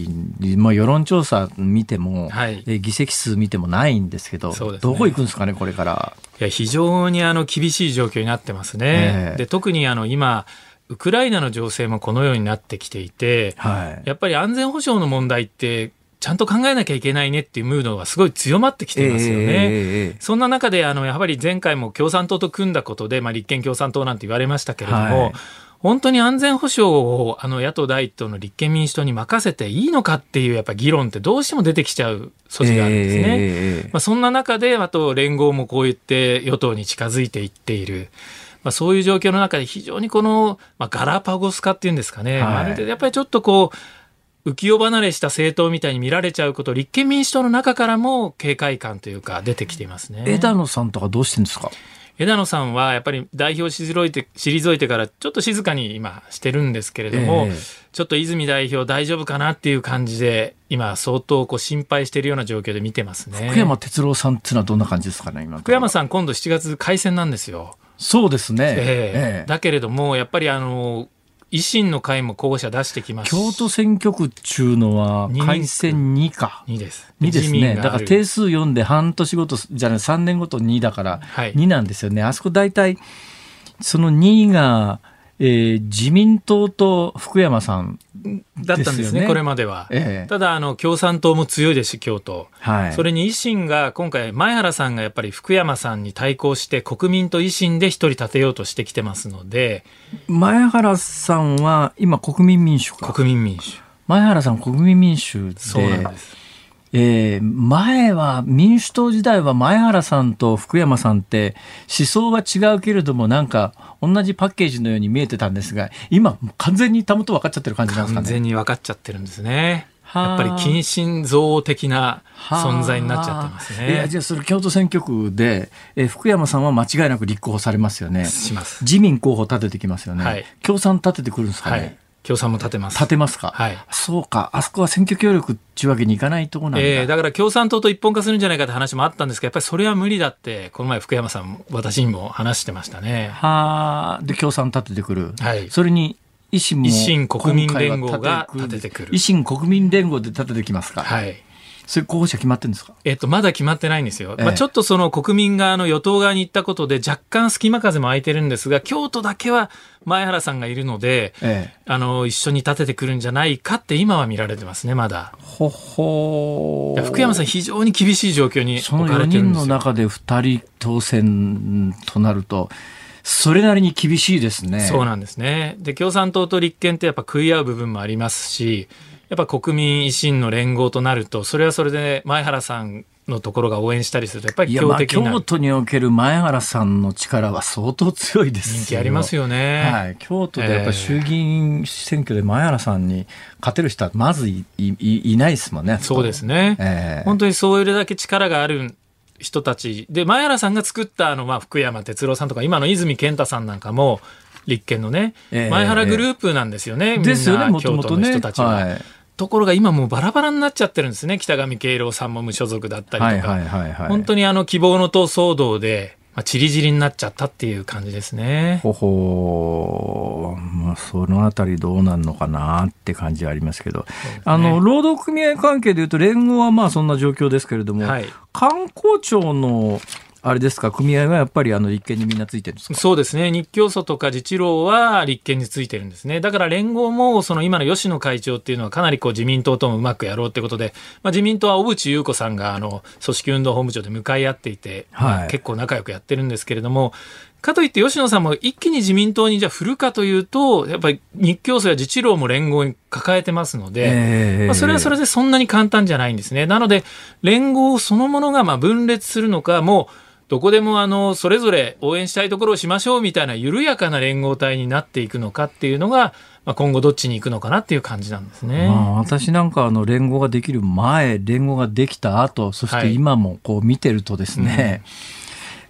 まあ、世論調査見ても、はい、えー、議席数見てもないんですけど、そうですね、どこ行くんですかねこれから。 いや非常にあの厳しい状況になってますね。えー、で特にあの今ウクライナの情勢もこのようになってきていて、はい、やっぱり安全保障の問題ってちゃんと考えなきゃいけないねっていうムードがすごい強まってきていますよね。えー、そんな中であのやはり前回も共産党と組んだことで、まあ、立憲共産党なんて言われましたけれども、はい、本当に安全保障をあの野党第一党の立憲民主党に任せていいのかっていうやっぱ議論ってどうしても出てきちゃう素地があるんですね。えーまあ、そんな中であと連合もこう言って与党に近づいていっている。まあ、そういう状況の中で非常にこの、まあ、ガラパゴス化っていうんですかね、はい、まるでやっぱりちょっとこう浮世離れした政党みたいに見られちゃうこと、立憲民主党の中からも警戒感というか出てきていますね。 枝野さんとかどうしてるんですか。 枝野さんはやっぱり代表退いて退いてからちょっと静かに今してるんですけれども、えー、ちょっと泉代表大丈夫かなっていう感じで今相当こう心配しているような状況で見てますね。 福山哲郎さんっていうのはどんな感じですかね。今福山さん今度しちがつ改選なんですよ。 そうですね、 えーえー、だけれどもやっぱりあの維新の会も候補者出してきます。 京都選挙区っていうのは改選にかにです。 にですね。だから定数よんで半年ごとじゃないさんねんごとにだからになんですよね、はい、あそこ大体そのにが、えー、自民党と福山さんだったんですね、これまでは。ええ、ただあの共産党も強いですし京都、はい、それに維新が今回前原さんがやっぱり福山さんに対抗して国民と維新で一人立てようとしてきてますので。 前原さんは今国民民主か。 国民民主。 前原さん国民民主で。 そうなんです。 えー、前は民主党時代は前原さんと福山さんって思想は違うけれどもなんか同じパッケージのように見えてたんですが、今完全にたもと分かっちゃってる感じなんですかね。 完全に分かっちゃってるんですね。やっぱり近親憎悪的な存在になっちゃってますね。 いやじゃあそれ京都選挙区で、えー、福山さんは間違いなく立候補されますよね。 します。 自民候補立ててきますよね、はい、共産立ててくるんですかね。はい、 共産も立てます。 立てますか。はい。そうか。あそこは選挙協力っていうわけにいかないところなんだ。 えー、だから共産党と一本化するんじゃないかって話もあったんですけど、やっぱりそれは無理だってこの前福山さんも私にも話してましたね。 はあ。で共産立ててくる。 はい。 それに維新も維新国民連合が立ててくる。 維新国民連合で立ててきますか。 はい。 それ候補者決まってるんですか。 えっとまだ決まってないんですよ。ええ、まあ、ちょっとその国民側の与党側に行ったことで若干隙間風も空いてるんですが、京都だけは前原さんがいるので、ええ、あの一緒に立ててくるんじゃないかって今は見られてますね。まだ。 ほほ。 福山さん非常に厳しい状況に置かれてるんですよ。 そのよにんの中でふたり当選となると。それなりに厳しいですね。 そうなんですね。で共産党と立憲ってやっぱ食い合う部分もありますし、やっぱ国民維新の連合となるとそれはそれで前原さんのところが応援したりするとやっぱり強敵になる。 いや、まあ、京都における前原さんの力は相当強いですよ。 人気ありますよね。 はい、京都でやっぱり衆議院選挙で前原さんに勝てる人はまず い, い, いないですもんね。 そうですね、えー、本当にそれだけ力がある人たちで、前原さんが作ったあの、まあ、福山哲郎さんとか今の泉健太さんなんかも立憲のね、えー、前原グループなんですよね、えー、みんなですよね、京都の人たちは、はい、ところが今もうバラバラになっちゃってるんですね。北上敬郎さんも無所属だったりとか、はいはいはいはい、本当にあの希望の党騒動でまあ、チリチリになっちゃったっていう感じですね。 ほほー、まあ、そのあたりどうなるのかなって感じはありますけど、ね、あの労働組合関係でいうと連合はまあそんな状況ですけれども、はい、観光庁のあれですか、組合はやっぱりあの立憲にみんなついてるんですか。 そうですね、日教組とか自治労は立憲についてるんですね。だから連合もその今の吉野会長っていうのはかなりこう自民党ともうまくやろうってことで、まあ、自民党は小渕優子さんがあの組織運動本部長で向かい合っていて、はい、まあ、結構仲良くやってるんですけれども、かといって吉野さんも一気に自民党にじゃあ振るかというと、やっぱり日教組や自治労も連合に抱えてますので、えーまあ、それはそれでそんなに簡単じゃないんですね。なので連合そのものがまあ分裂するのか、もうどこでもあのそれぞれ応援したいところをしましょうみたいな緩やかな連合体になっていくのかっていうのが、まあ、今後どっちに行くのかなっていう感じなんですね。 まあ、私なんかあの連合ができる前、連合ができた後、そして今もこう見てるとですね、うん、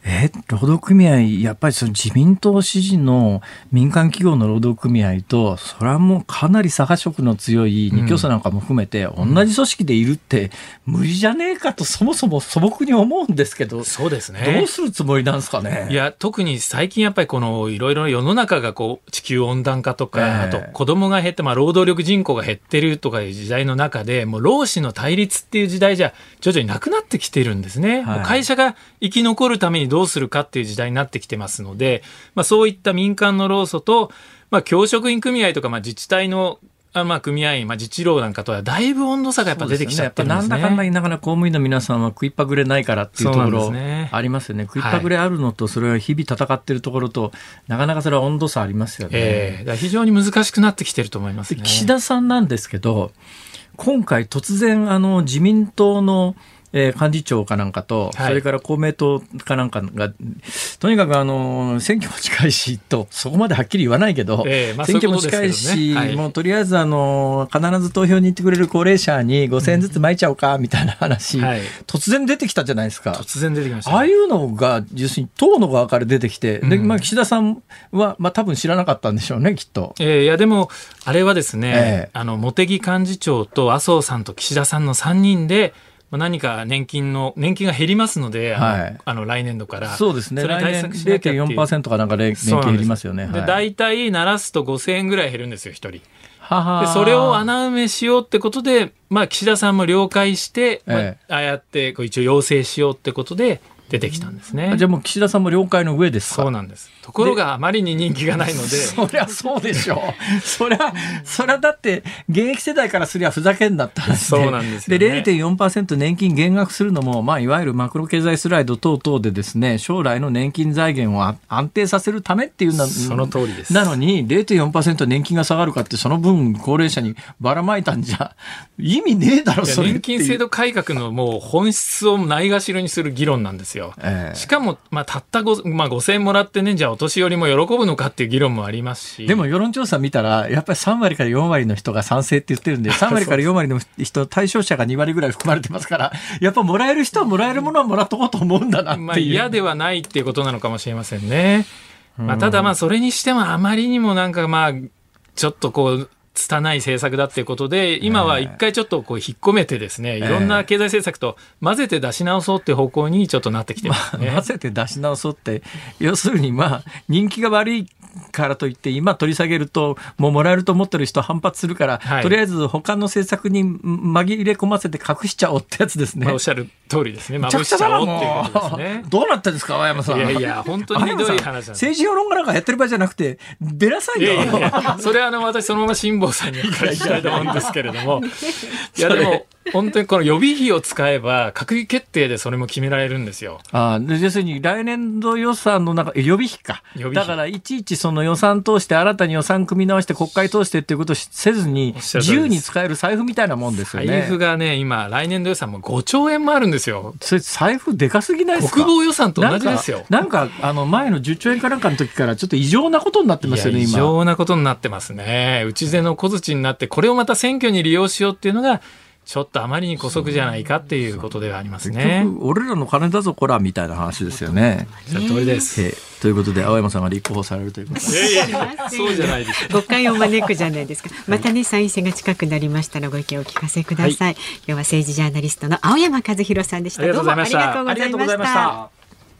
え労働組合やっぱりその自民党支持の民間企業の労働組合とそれはもうかなり左派色の強い二教祖なんかも含めて、うん、同じ組織でいるって無理じゃねえかとそもそも素朴に思うんですけど、 そうですね、 どうするつもりなんですかね。 いや特に最近やっぱりこのいろいろ世の中がこう地球温暖化とか、えー、あと子供が減って、まあ、労働力人口が減ってるとかいう時代の中でもう労使の対立っていう時代じゃ徐々になくなってきてるんですね、はい、もう会社が生き残るためにどうするかっていう時代になってきてますので、まあ、そういった民間の労組と、まあ、教職員組合とか、まあ、自治体のあまあ組合員、まあ、自治労なんかとはだいぶ温度差がやっぱ出てきちゃってるんですね。 なんだかんだ言いながら公務員の皆さんは食いっぱぐれないからっていうところありますよね。食いっぱぐれあるのとそれは日々戦ってるところと、はい、なかなかそれは温度差ありますよね、 えー、だから非常に難しくなってきてると思いますね。 岸田さんなんですけど今回突然あの自民党のえー、幹事長かなんかと、はい、それから公明党かなんかがとにかくあの選挙も近いしとそこまではっきり言わないけど、えーまあ、選挙も近いし、ねはい、もうとりあえずあの必ず投票に行ってくれる高齢者にごせんえんずつ撒いちゃおうかみたいな話、うんはい、突然出てきたじゃないですか。 突然出てきました、ね、 ああいうのが要するに党の側から出てきて、うんでまあ、岸田さんは、まあ、多分知らなかったんでしょうねきっと、 えー、いやでもあれはですね、えー、あの茂木幹事長と麻生さんと岸田さんのさんにんで何か年金の年金が減りますので、はい、あの来年度からそうですね、それに対策しなきゃっていう ゼロてんよんパーセント かなんか年金減りますよね。 で大体ならすとごせんえんぐらい減るんですよひとりははでそれを穴埋めしようってことで、まあ、岸田さんも了解して、ええまあ、ああやってこう一応要請しようってことで出てきたんですね。 じゃあもう岸田さんも了解の上ですか。 そうなんです。ところがあまりに人気がないのでそりゃそうでしょうそりゃそりゃだって現役世代からすりゃふざけんなった話で、 そうなんですよね。 で ゼロてんよんパーセント 年金減額するのも、まあ、いわゆるマクロ経済スライド等々でですね将来の年金財源を安定させるためっていうのその通りです。 なのに ゼロてんよんパーセント 年金が下がるかってその分高齢者にばらまいたんじゃ意味ねえだろそれ。 年金制度改革のもう本質をないがしろにする議論なんですよ、えー、しかも、まあ、たった ご,、まあ、ごせんえんもらってねじゃあお年寄りも喜ぶのかっていう議論もありますし、 でも世論調査見たらやっぱりさんわりからよんわりの人が賛成って言ってるんでさんわりからよんわりの人対象者がにわりぐらい含まれてますからやっぱもらえる人はもらえるものはもらっとこうと思うんだなっていう、 まあ、嫌ではないっていうことなのかもしれませんね、まあ、ただまあそれにしてもあまりにもなんかまあちょっとこう拙い政策だっていうことで今は一回ちょっとこう引っ込めてですね、いろんな経済政策と混ぜて出し直そうっていう方向にちょっとなってきてますね、 まあ、混ぜて出し直そうって要するにまあ人気が悪いからといって今取り下げるともうもらえると思ってる人反発するから、はい、とりあえず他の政策に紛れ込ませて隠しちゃおうってやつですね、 まあ、おっしゃる通りですね。まぶしちゃおうっていうことですね。 どうなってんですか青山さん。 いやいや本当にひどい話なんです。 政治評論家なんかやってる場合じゃなくて出なさいよ。いやいやいやそれはあの私そのまま辛坊さんにお伺いしたいと思うんですけれどもいやでも本当にこの予備費を使えば閣議決定でそれも決められるんですよ。 あで要するに来年度予算の中予備費か予備費だからいちいちその予算通して新たに予算組み直して国会通してっていうことをせずに自由に使える財布みたいなもんですよね。 財布がね今来年度予算もごちょうえんもあるんですよ。 それ財布でかすぎないですか。 国防予算と同じですよ。 なんか、なんかあの前のじゅっちょうえんかなんかの時からちょっと異常なことになってますよね。今異常なことになってますね。内瀬の小槌になってこれをまた選挙に利用しようっていうのがちょっとあまりに姑息じゃないかっていうことではありますね。 結局俺らの金だぞこらみたいな話ですよね。 その通りです、 えー、ということで青山さんが立候補されるということでいやいやそうじゃないです誤解を招くじゃないですか。またね参院選が近くなりましたらご意見をお聞かせください、はい、今日は政治ジャーナリストの青山和弘さんでした。 ありがとうございました。 どうもありがとうございました。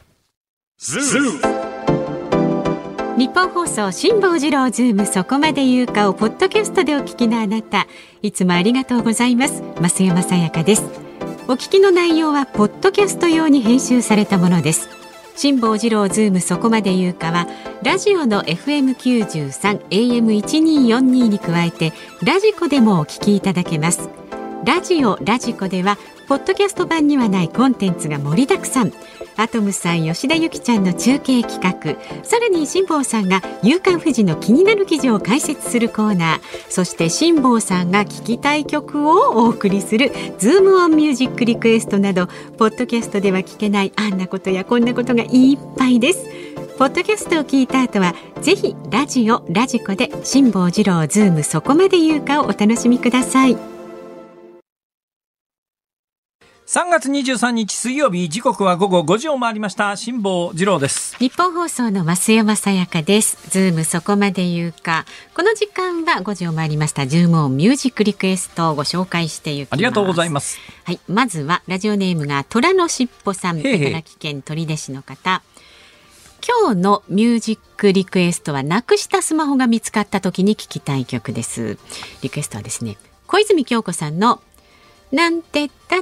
日本放送辛坊治郎ズームそこまで言うかをポッドキャストでお聞きのあなたいつもありがとうございます。増山さやかです。お聞きの内容はポッドキャスト用に編集されたものです。辛坊治郎ズームそこまで言うかはラジオの エフエムきゅうじゅうさん エーエムせんにひゃくよんじゅうに に加えてラジコでもお聞きいただけます。ラジオラジコではポッドキャスト版にはないコンテンツが盛りだくさん。アトムさん吉田ゆきちゃんの中継企画、さらに辛坊さんが夕刊フジの気になる記事を解説するコーナー、そして辛坊さんが聴きたい曲をお送りするズームオンミュージックリクエストなどポッドキャストでは聞けないあんなことやこんなことがいっぱいです。ポッドキャストを聞いた後はぜひラジオラジコで辛坊治郎ズームそこまで言うかをお楽しみください。 さんがつにじゅうさんにち水曜日、時刻は午後ごじを回りました。辛坊治郎です。 日本放送の増山さやかです。ズームそこまで言うか。この時間はごじを回りましたズームオンミュージックリクエストをご紹介していきます。 ありがとうございます。 はい、まずはラジオネームが虎のしっぽさん、茨城県取手市の方。今日のミュージックリクエストはなくしたスマホが見つかった時に聴きたい曲です。リクエストはですね、小泉京子さんのなんてだって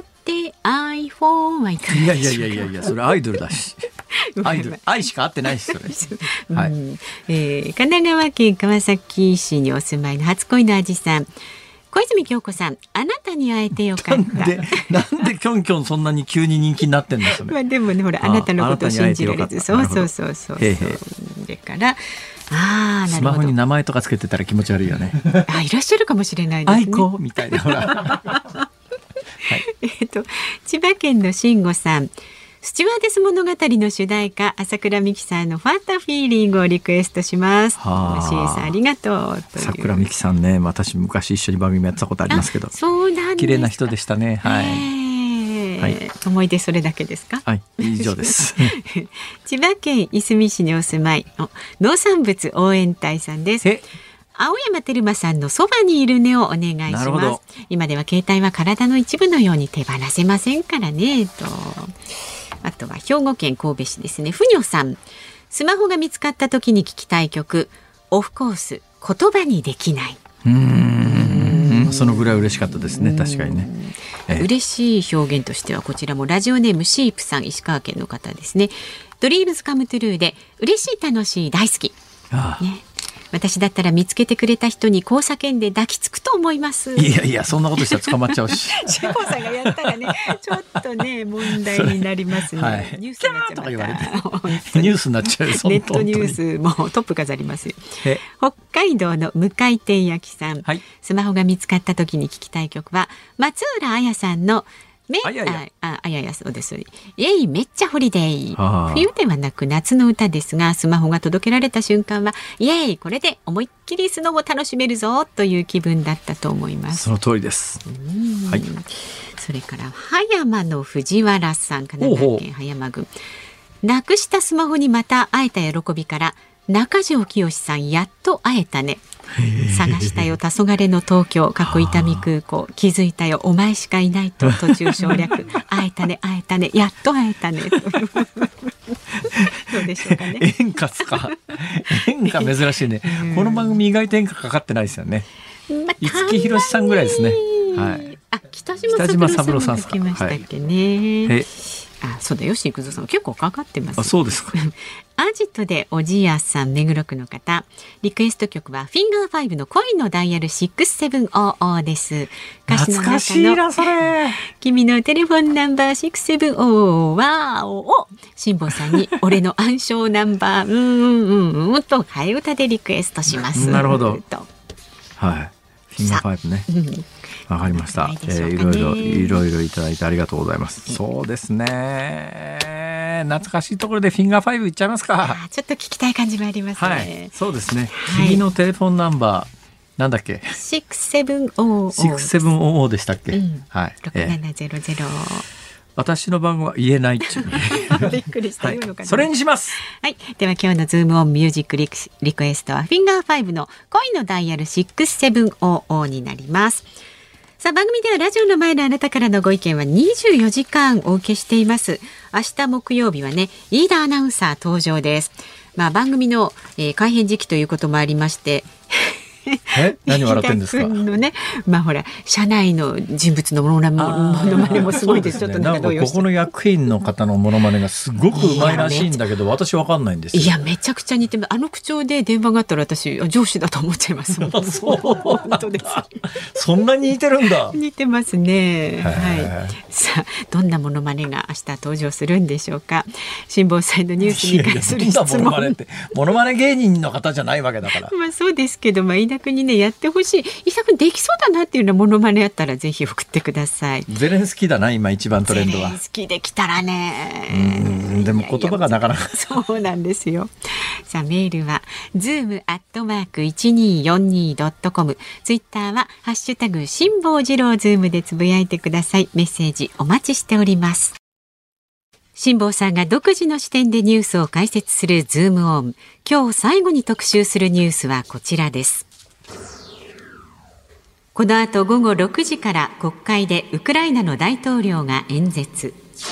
iPhone はいかがでしょうか。 いやいやいやいやいや、それアイドルだしアイドル愛しか合ってないしそれ、はい。 うんえー、神奈川県川崎市にお住まいの初恋のあじさん、小泉京子さん、あなたに会えてよかった。 なんでなんでキョンキョンそんなに急に人気になってんですか。 まあでもね、ほら、あなたのことを信じられず、そうそうそうそう。 へへだからあ、なるほど。 スマホに名前とかつけてたら気持ち悪いよね。 あ、いらっしゃるかもしれないですね。 アイコみたいなほらはい、 えっと千葉県の慎吾さん、スチュワーデス物語の主題歌、朝倉美希さんのファンタフィーリングをリクエストします。シエさんありがとう。 朝倉美希さんね、私昔一緒に番組やったことありますけど、 そうなんですか。 綺麗な人でしたね。はい、 はい、思い出それだけですか。 はい、以上です千葉県いすみ市にお住まい農産物応援隊さんです。青山テルマさんのそばにいるねをお願いします。今では携帯は体の一部のように手放せませんからねと。あとは兵庫県神戸市ですね、ふにょさん、スマホが見つかった時に聴きたい曲、オフコース言葉にできない。 うーん、そのぐらい嬉しかったですね。確かにね、ええ、 嬉しい表現としてはこちらもラジオネームシープさん、石川県の方ですね。ドリームズカムトゥルーで嬉しい楽しい大好き。ああ、ね、私だったら見つけてくれた人にこう叫んで抱きつくと思います。 いやいや、そんなことしたら捕まっちゃうしシェポさんがやったらね、ちょっとね問題になりますね、はい、ニュースになっちゃう。とか言われてニュースになっちゃう。 ネットニュースもトップ飾りますよ。北海道の向井天焼さん、はい、スマホが見つかった時に聞きたい曲は松浦綾さんのめあややああややそうです。イエイめっちゃホリデイ。冬ではなく夏の歌ですが、スマホが届けられた瞬間はイエイこれで思いっきりスノーを楽しめるぞという気分だったと思います。 その通りです。はい、 それから葉山の藤原さん、神奈川県葉山郡、なくしたスマホにまた会えた喜びから中条きよしさん、やっと会えたね。探したよ黄昏の東京過去伊丹空港、気づいたよお前しかいないと途中省略会えたね会えたねやっと会えたねどうでしょうかね。 演歌すか。演歌珍しいね。この番組意外と演歌かかってないですよね。まあ、五木ひろしさんぐらいですね。はい。 あ、北島三郎さんも書きましたっけね。はい、あ、そうだよ、シークゾさん結構かかってます。 あ、そうですか。 アジトでおじやさん、目黒区の方、リクエスト曲はフィンガーファイブの恋のダイヤルろくせんです。歌詞の中の懐かしいなそれ。 君のテレフォンナンバーろくせんはを辛坊さんに俺の暗証ナンバーうんうんうんと替え歌でリクエストします。 なるほど。はい。フィンガーファイブね。わかりました。いえー、いろいろいろいろいただいてありがとうございます。そうですね。懐かしいところでフィンガーファイブいっちゃいますか。 ちょっと聞きたい感じもありますね。 はい、そうですね。はい、君のテレフォンナンバーなんだっけ。 ろくせんろくせんでしたっけ。うん、はい。 ろくななゼロゼロ。 私の番号は言えないっちゅう。 びっくりした、はい、 それにします。 はい。では今日のズームオンミュージックリクリクエストはフィンガーファイブの恋のダイヤルろくせんになります。さあ、番組ではラジオの前のあなたからのご意見はにじゅうよじかんお受けしています。明日木曜日はね、飯田アナウンサー登場です。まあ、番組の、えー、改編時期ということもありましてえ、何笑ってんですか。 のね、まあほら社内の人物のモノマネもすごいです。ちょっとなんか動揺して、 ここの役員の方のモノマネがすごくうまいらしいんだけど、私わかんないんですよ。 いや、めちゃくちゃ似てます。あの口調で電話があったら私上司だと思っちゃいます。そう本当です。 そんなに似てるんだ。 似てますね。はい。さあ、どんなモノマネが明日登場するんでしょうか。辛坊さんのニュースに関する質問。 モノマネってモノマネ芸人の方じゃないわけだから。 まあそうですけど、まあ飯田逆にねやってほしい、伊沢君できそうだなっていうようなモノマネあったらぜひ送ってください。 ゼレンスキーだな今一番トレンドは。ゼレンスキーできたらね、 うんでも言葉がなかなかそうなんですよ。さあメールは ズーム アットマーク いちにーよんにー ドットコム、 ツイッターはハッシュタグ辛坊治郎ズームでつぶやいてください。メッセージお待ちしております。辛坊さんが独自の視点でニュースを解説するズームオン。今日最後に特集するニュースはこちらです。この後午後ろくじから国会でウクライナの大統領が演説。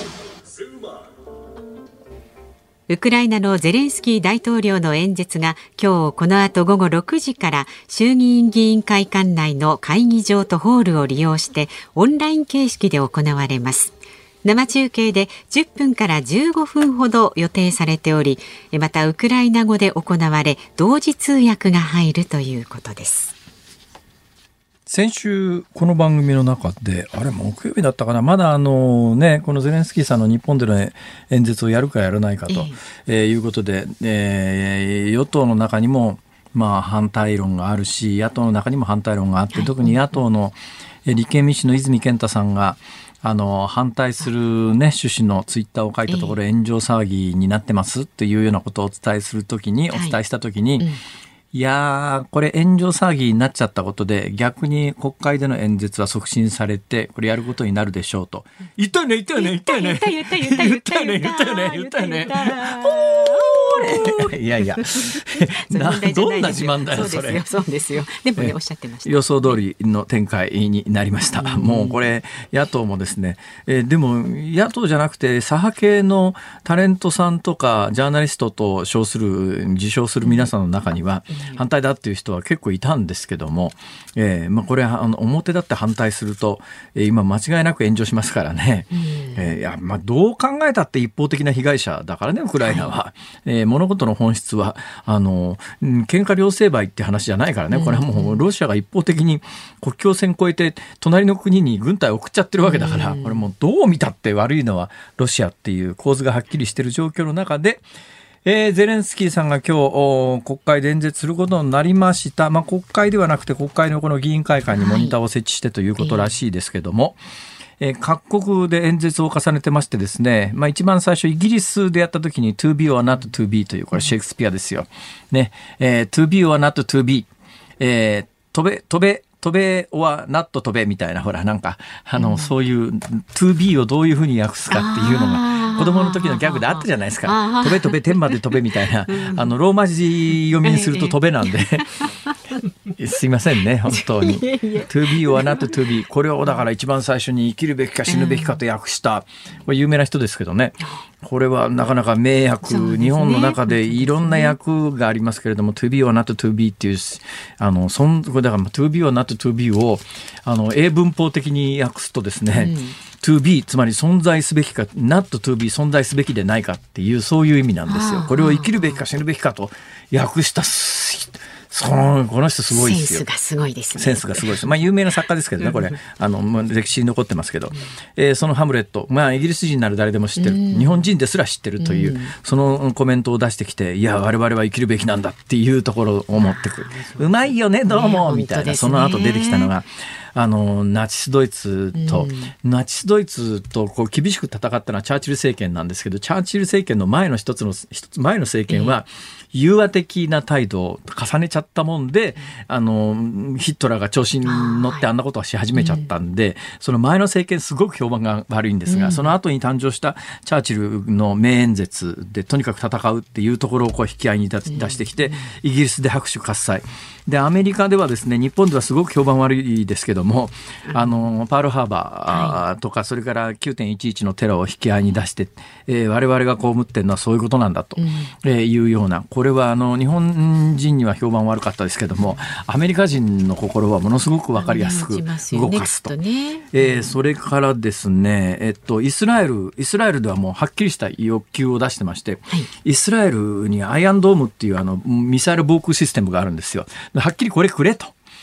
ウクライナのゼレンスキー大統領の演説が今日この後午後ろくじから衆議院議員会館内の会議場とホールを利用してオンライン形式で行われます。生中継でじゅっぷんからじゅうごふんほど予定されており、またウクライナ語で行われ同時通訳が入るということです。 先週この番組の中であれ木曜日だったかな、まだあのねこのゼレンスキーさんの日本での演説をやるかやらないかと、えー、いうことで、えー、与党の中にもまあ反対論があるし野党の中にも反対論があって、特に野党の立憲民主の泉健太さんがあの反対する、ね、趣旨のツイッターを書いたところ炎上騒ぎになってますっていうようなことをお伝えするときに、お伝えしたときに、はいうんいやーこれ炎上騒ぎになっちゃったことで逆に国会での演説は促進されてこれやることになるでしょうと言ったよね言ったよね言ったよね言った言った言った言ったよね言ったよね言ったよねいやいやなどんな自慢だよそれ。 そうですよでもねおっしゃってました。 予想通りの展開になりました、うん、もうこれ野党もですね、えー、でも野党じゃなくて左派系のタレントさんとかジャーナリストと称する自称する皆さんの中には、うん反対だっていう人は結構いたんですけども、えーまあ、これあの表だって反対すると、えー、今間違いなく炎上しますからね、うんえーいやまあ、どう考えたって一方的な被害者だからねウクライナは、はいえー、物事の本質はあの喧嘩両成敗って話じゃないからね、これはもうロシアが一方的に国境線越えて隣の国に軍隊を送っちゃってるわけだから、うん、これもうどう見たって悪いのはロシアっていう構図がはっきりしている状況の中でえー、ゼレンスキーさんが今日国会で演説することになりました、まあ、国会ではなくて国会のこの議員会館にモニターを設置してということらしいですけども、はいえー、各国で演説を重ねてましてですね、まあ、一番最初イギリスでやった時に to be or not to be というこれシェイクスピアですよ、ねえー、to be or not to be、えー、飛べ飛べ飛べはナット飛べみたいなほらなんかあの、うん、そういう to be をどういうふうに訳すかっていうのが子供の時のギャグであったじゃないですか。飛べ飛べ天まで飛べみたいな、うん、あのローマ字読みにすると飛べなんで、ええ、すいませんね本当にto be or not to be これをだから一番最初に生きるべきか死ぬべきかと訳したこれ有名な人ですけどね、これはなかなか名訳、ね、日本の中でいろんな訳がありますけれども to be or not to be っていうあのそんこれだから to be or not to be をあの英文法的に訳すとですね、うんto be つまり存在すべきか not to be 存在すべきでないかっていうそういう意味なんですよ。これを生きるべきか死ぬべきかと訳したそのこの人すごいですよ。 センスがすごいですね。 センスがすごいです。まあ有名な作家ですけどねこれあの歴史に残ってますけど、えー、そのハムレットまあイギリス人なら誰でも知ってる、日本人ですら知ってるというそのコメントを出してきていや我々は生きるべきなんだっていうところを持ってくる。うまいよねどうも、ね、みたいなその後出てきたのがあのナチスドイツと、うん、ナチスドイツとこう厳しく戦ったのはチャーチル政権なんですけどチャーチル政権の前の一つの一つ前の政権は融和的な態度を重ねちゃったもんであのヒットラーが調子に乗ってあんなことをし始めちゃったんで、はい、その前の政権すごく評判が悪いんですが、うん、その後に誕生したチャーチルの名演説でとにかく戦うっていうところをこう引き合いに出してきて、うん、イギリスで拍手喝采でアメリカではですね日本ではすごく評判悪いですけども、うん、あのパールハーバーとか、はい、それから きゅうてんいちいち のテロを引き合いに出して、えー、我々が被っているのはそういうことなんだと、うんえー、いうようなこれはあの日本人には評判悪かったですけどもアメリカ人の心はものすごく分かりやすく動かすと、ねえー、それからですね、えっと、イスラエルイスラエルではもうはっきりした欲求を出してまして、はい、イスラエルにアイアンドームっていうあのミサイル防空システムがあるんですよ。はっきりこれくれと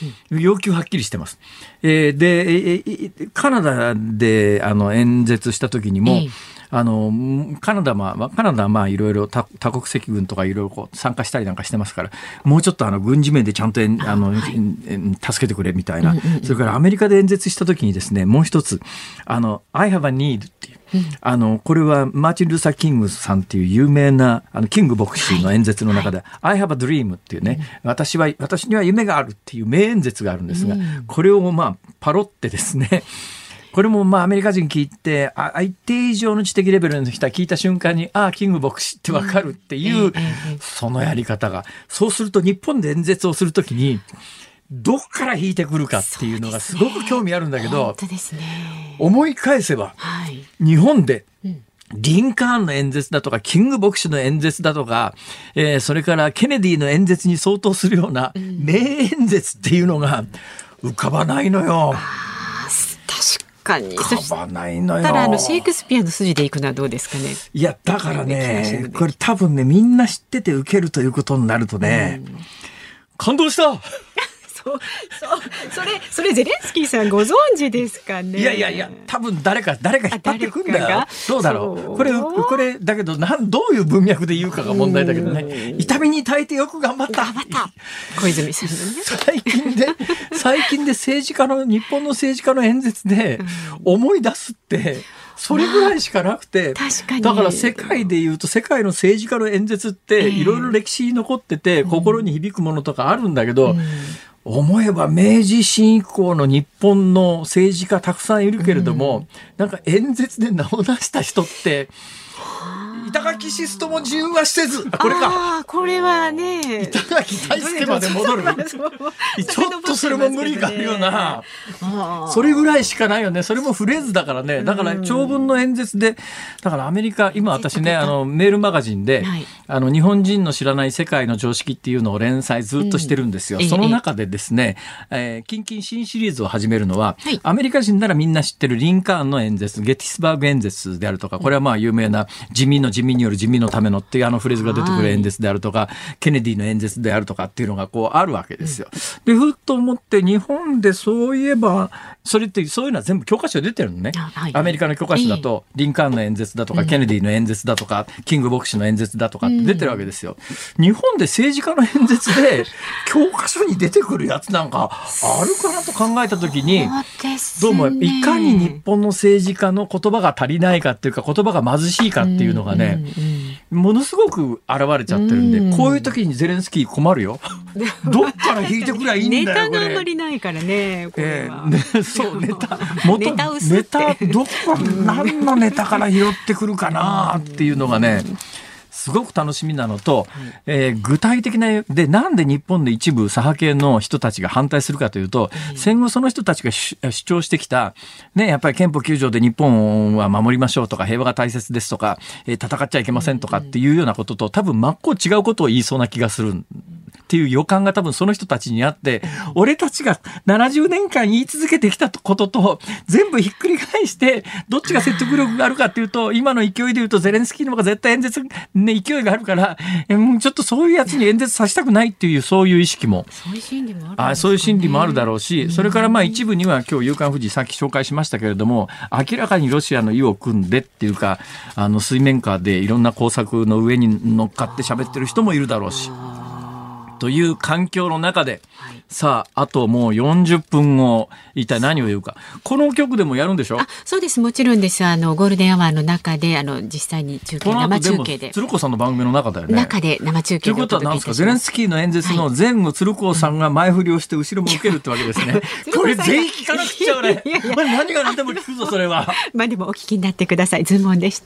要求はっきりしてます。えー、で、カナダであの演説した時にも、ええ、あのカナダはカナダはまあいろいろ多国籍軍とかいろいろこう参加したりなんかしてますから、もうちょっとあの軍事面でちゃんとあの、はい、助けてくれみたいな、うんうんうん、それからアメリカで演説した時にですね、もう一つあの I have a need っていう、うん、あのこれはマーチン・ルーサー・キングさんっていう有名なあのキング牧師の演説の中で、はい、I have a dream っていうね、うん、私は私には夢があるっていう名演説があるんですが、うん、これをまあパロってですね、これもまあアメリカ人聞いて、あ一定以上の知的レベルの人は聞いた瞬間に、ああキング牧師ってわかるっていう、うん、そのやり方が、そうすると日本で演説をするときにどこから引いてくるかっていうのがすごく興味あるんだけど、 本当ですね、 思い返せば、はい、日本で、うんリンカーンの演説だとかキング牧師の演説だとか、えー、それからケネディの演説に相当するような名演説っていうのが浮かばないのよ。 あ確かに浮かばないのよ。 ただあのシェイクスピアの筋でいくのはどうですかね。 いやだからね、これ多分ねみんな知ってて受けるということになるとね、うん、感動したそうそうそれそれゼレンスキーさんご存知ですかね。 いやいやいや多分誰か誰か引っ張ってくんだよ。どうだろう。これこれだけどなんどういう文脈で言うかが問題だけどね。痛みに耐えてよく頑張った。 頑張った小泉さんのね。 最近で最近で政治家の日本の政治家の演説で思い出すって。それぐらいしかなくて、 確かにだから世界でいうと世界の政治家の演説っていろいろ歴史に残ってて、えー、心に響くものとかあるんだけど、うん、思えば明治維新以降の日本の政治家たくさんいるけれども、うん、なんか演説で名を出した人って板垣シストも自由はせず、これか。 あこれはね。 板垣大輔まで戻る。ちょっとそれも無理があるよな。それぐらいしかないよね。それもフレーズだからね。だから長文の演説で、だからアメリカ、今私ね、あのメールマガジンで、はい、あの日本人の知らない世界の常識っていうのを連載ずっとしてるんですよ。うん、その中でですね、えー、キンキン新シリーズを始めるのは、はい、アメリカ人ならみんな知ってるリンカーンの演説、ゲティスバーグ演説であるとか、これはまあ有名な自民の自民による自民のためのっていうあのフレーズが出てくる演説であるとか、ケネディの演説であるとかっていうのがこうあるわけですよ。でふっと思って日本でそういえばそれってそういうのは全部教科書で出てるのね、はい、アメリカの教科書だとリンカーンの演説だとか、うん、ケネディの演説だとかキング牧師の演説だとかって出てるわけですよ、うん、日本で政治家の演説で教科書に出てくるやつなんかあるかなと考えた時に、どうもいかに日本の政治家の言葉が足りないかっていうか言葉が貧しいかっていうのがね、うんうん、ものすごく現れちゃってるんで、うん、こういう時にゼレンスキー困るよどっから引いてくりゃいいんだよネタがあんまりないからねこれは、えーね、そうネタ元ネタ薄ってネタどこ何のネタから拾ってくるかなっていうのがねすごく楽しみなのと、えー、具体的なでなんで日本で一部左派系の人たちが反対するかというと、うん、戦後その人たちが主張してきた、ね、やっぱり憲法きゅう条で日本は守りましょうとか平和が大切ですとか、えー、戦っちゃいけませんとかっていうようなことと多分真っ向違うことを言いそうな気がするっていう予感が多分その人たちにあって、俺たちがななじゅうねんかん言い続けてきたことと全部ひっくり返してどっちが説得力があるかっていうと今の勢いで言うとゼレンスキーの方が絶対演説、ね、勢いがあるからえもうちょっとそういうやつに演説させたくないっていうそういう意識もそういう心理もあるんですかね。 あそういう心理もあるだろうし、それからまあ一部には今日夕刊フジさっき紹介しましたけれども明らかにロシアの意を組んでっていうかあの水面下でいろんな工作の上に乗っかって喋ってる人もいるだろうしという環境の中で、はい、さああともうよんじゅっぷんご一体何を言うかこの曲でもやるんでしょ。 あそうですもちろんです。あのゴールデンアワーの中であの実際に中継生中継で鶴子さんの番組の中だよね。 中で生中継でということは何ですかゼレンスキーの演説の前後鶴子さんが前振りをして後ろも受けるってわけですねこれぜひ聞かなくちゃ俺何が何でも聞くぞそれはまあでもお聞きになってください。ズームオンでした。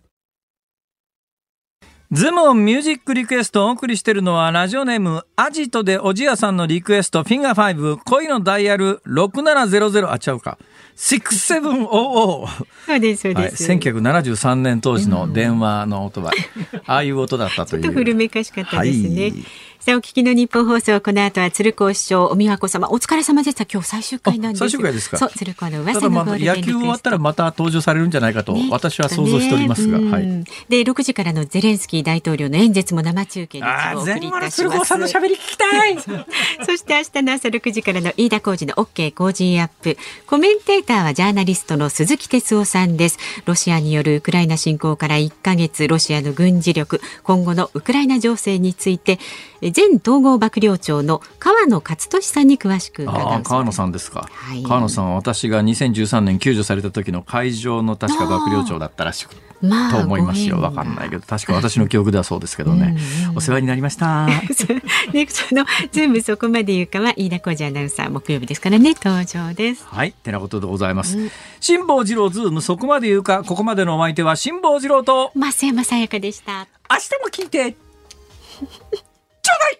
ズモンミュージックリクエストをお送りしているのはラジオネームアジトでおじやさんのリクエストフィンガーファイブ恋のダイヤルろくななゼロゼロあちゃうかろくななゼロゼロそうですそうです、はい、 せんきゅうひゃくななじゅうさんねん当時の電話の音は、うん、ああいう音だったというちょっと古めかしかったですね、はいさあお聞きの日本放送、この後は鶴光師匠、お美和子様、お疲れ様でした。今日最終回なんです。 最終回ですか。 そう鶴光の噂のゴールデンリクエスト。 野球終わったらまた登場されるんじゃないかと、ね、私は想像しておりますが、ね、はい、 でろくじからのゼレンスキー大統領の演説も生中継でお送りいたします。 鶴光さんの喋り聞きたいそして明日の朝ろくじからの飯田浩司の OK 工事アップ、コメンテーターはジャーナリストの鈴木哲夫さんです。ロシアによるウクライナ侵攻からいっかげつ、ロシアの軍事力、今後のウクライナ情勢について前統合幕僚長の川野勝利さんに詳しく伺う。 あ、川野さんですか、はい、川野さんは私がにせんじゅうさんねん救助された時の海上の確か幕僚長だったらしく、まあ、と思いますよ。わかんないけど確か私の記憶ではそうですけどね、うんうん、お世話になりましたでそのズームそこまで言うかは飯田浩司アナウンサー、木曜日ですからね登場です。 はい、てなことでございます、うん、辛坊治郎ズームそこまで言うか。ここまでのお相手は辛坊治郎と増山さやかでした。 明日も聞いてちょうだい。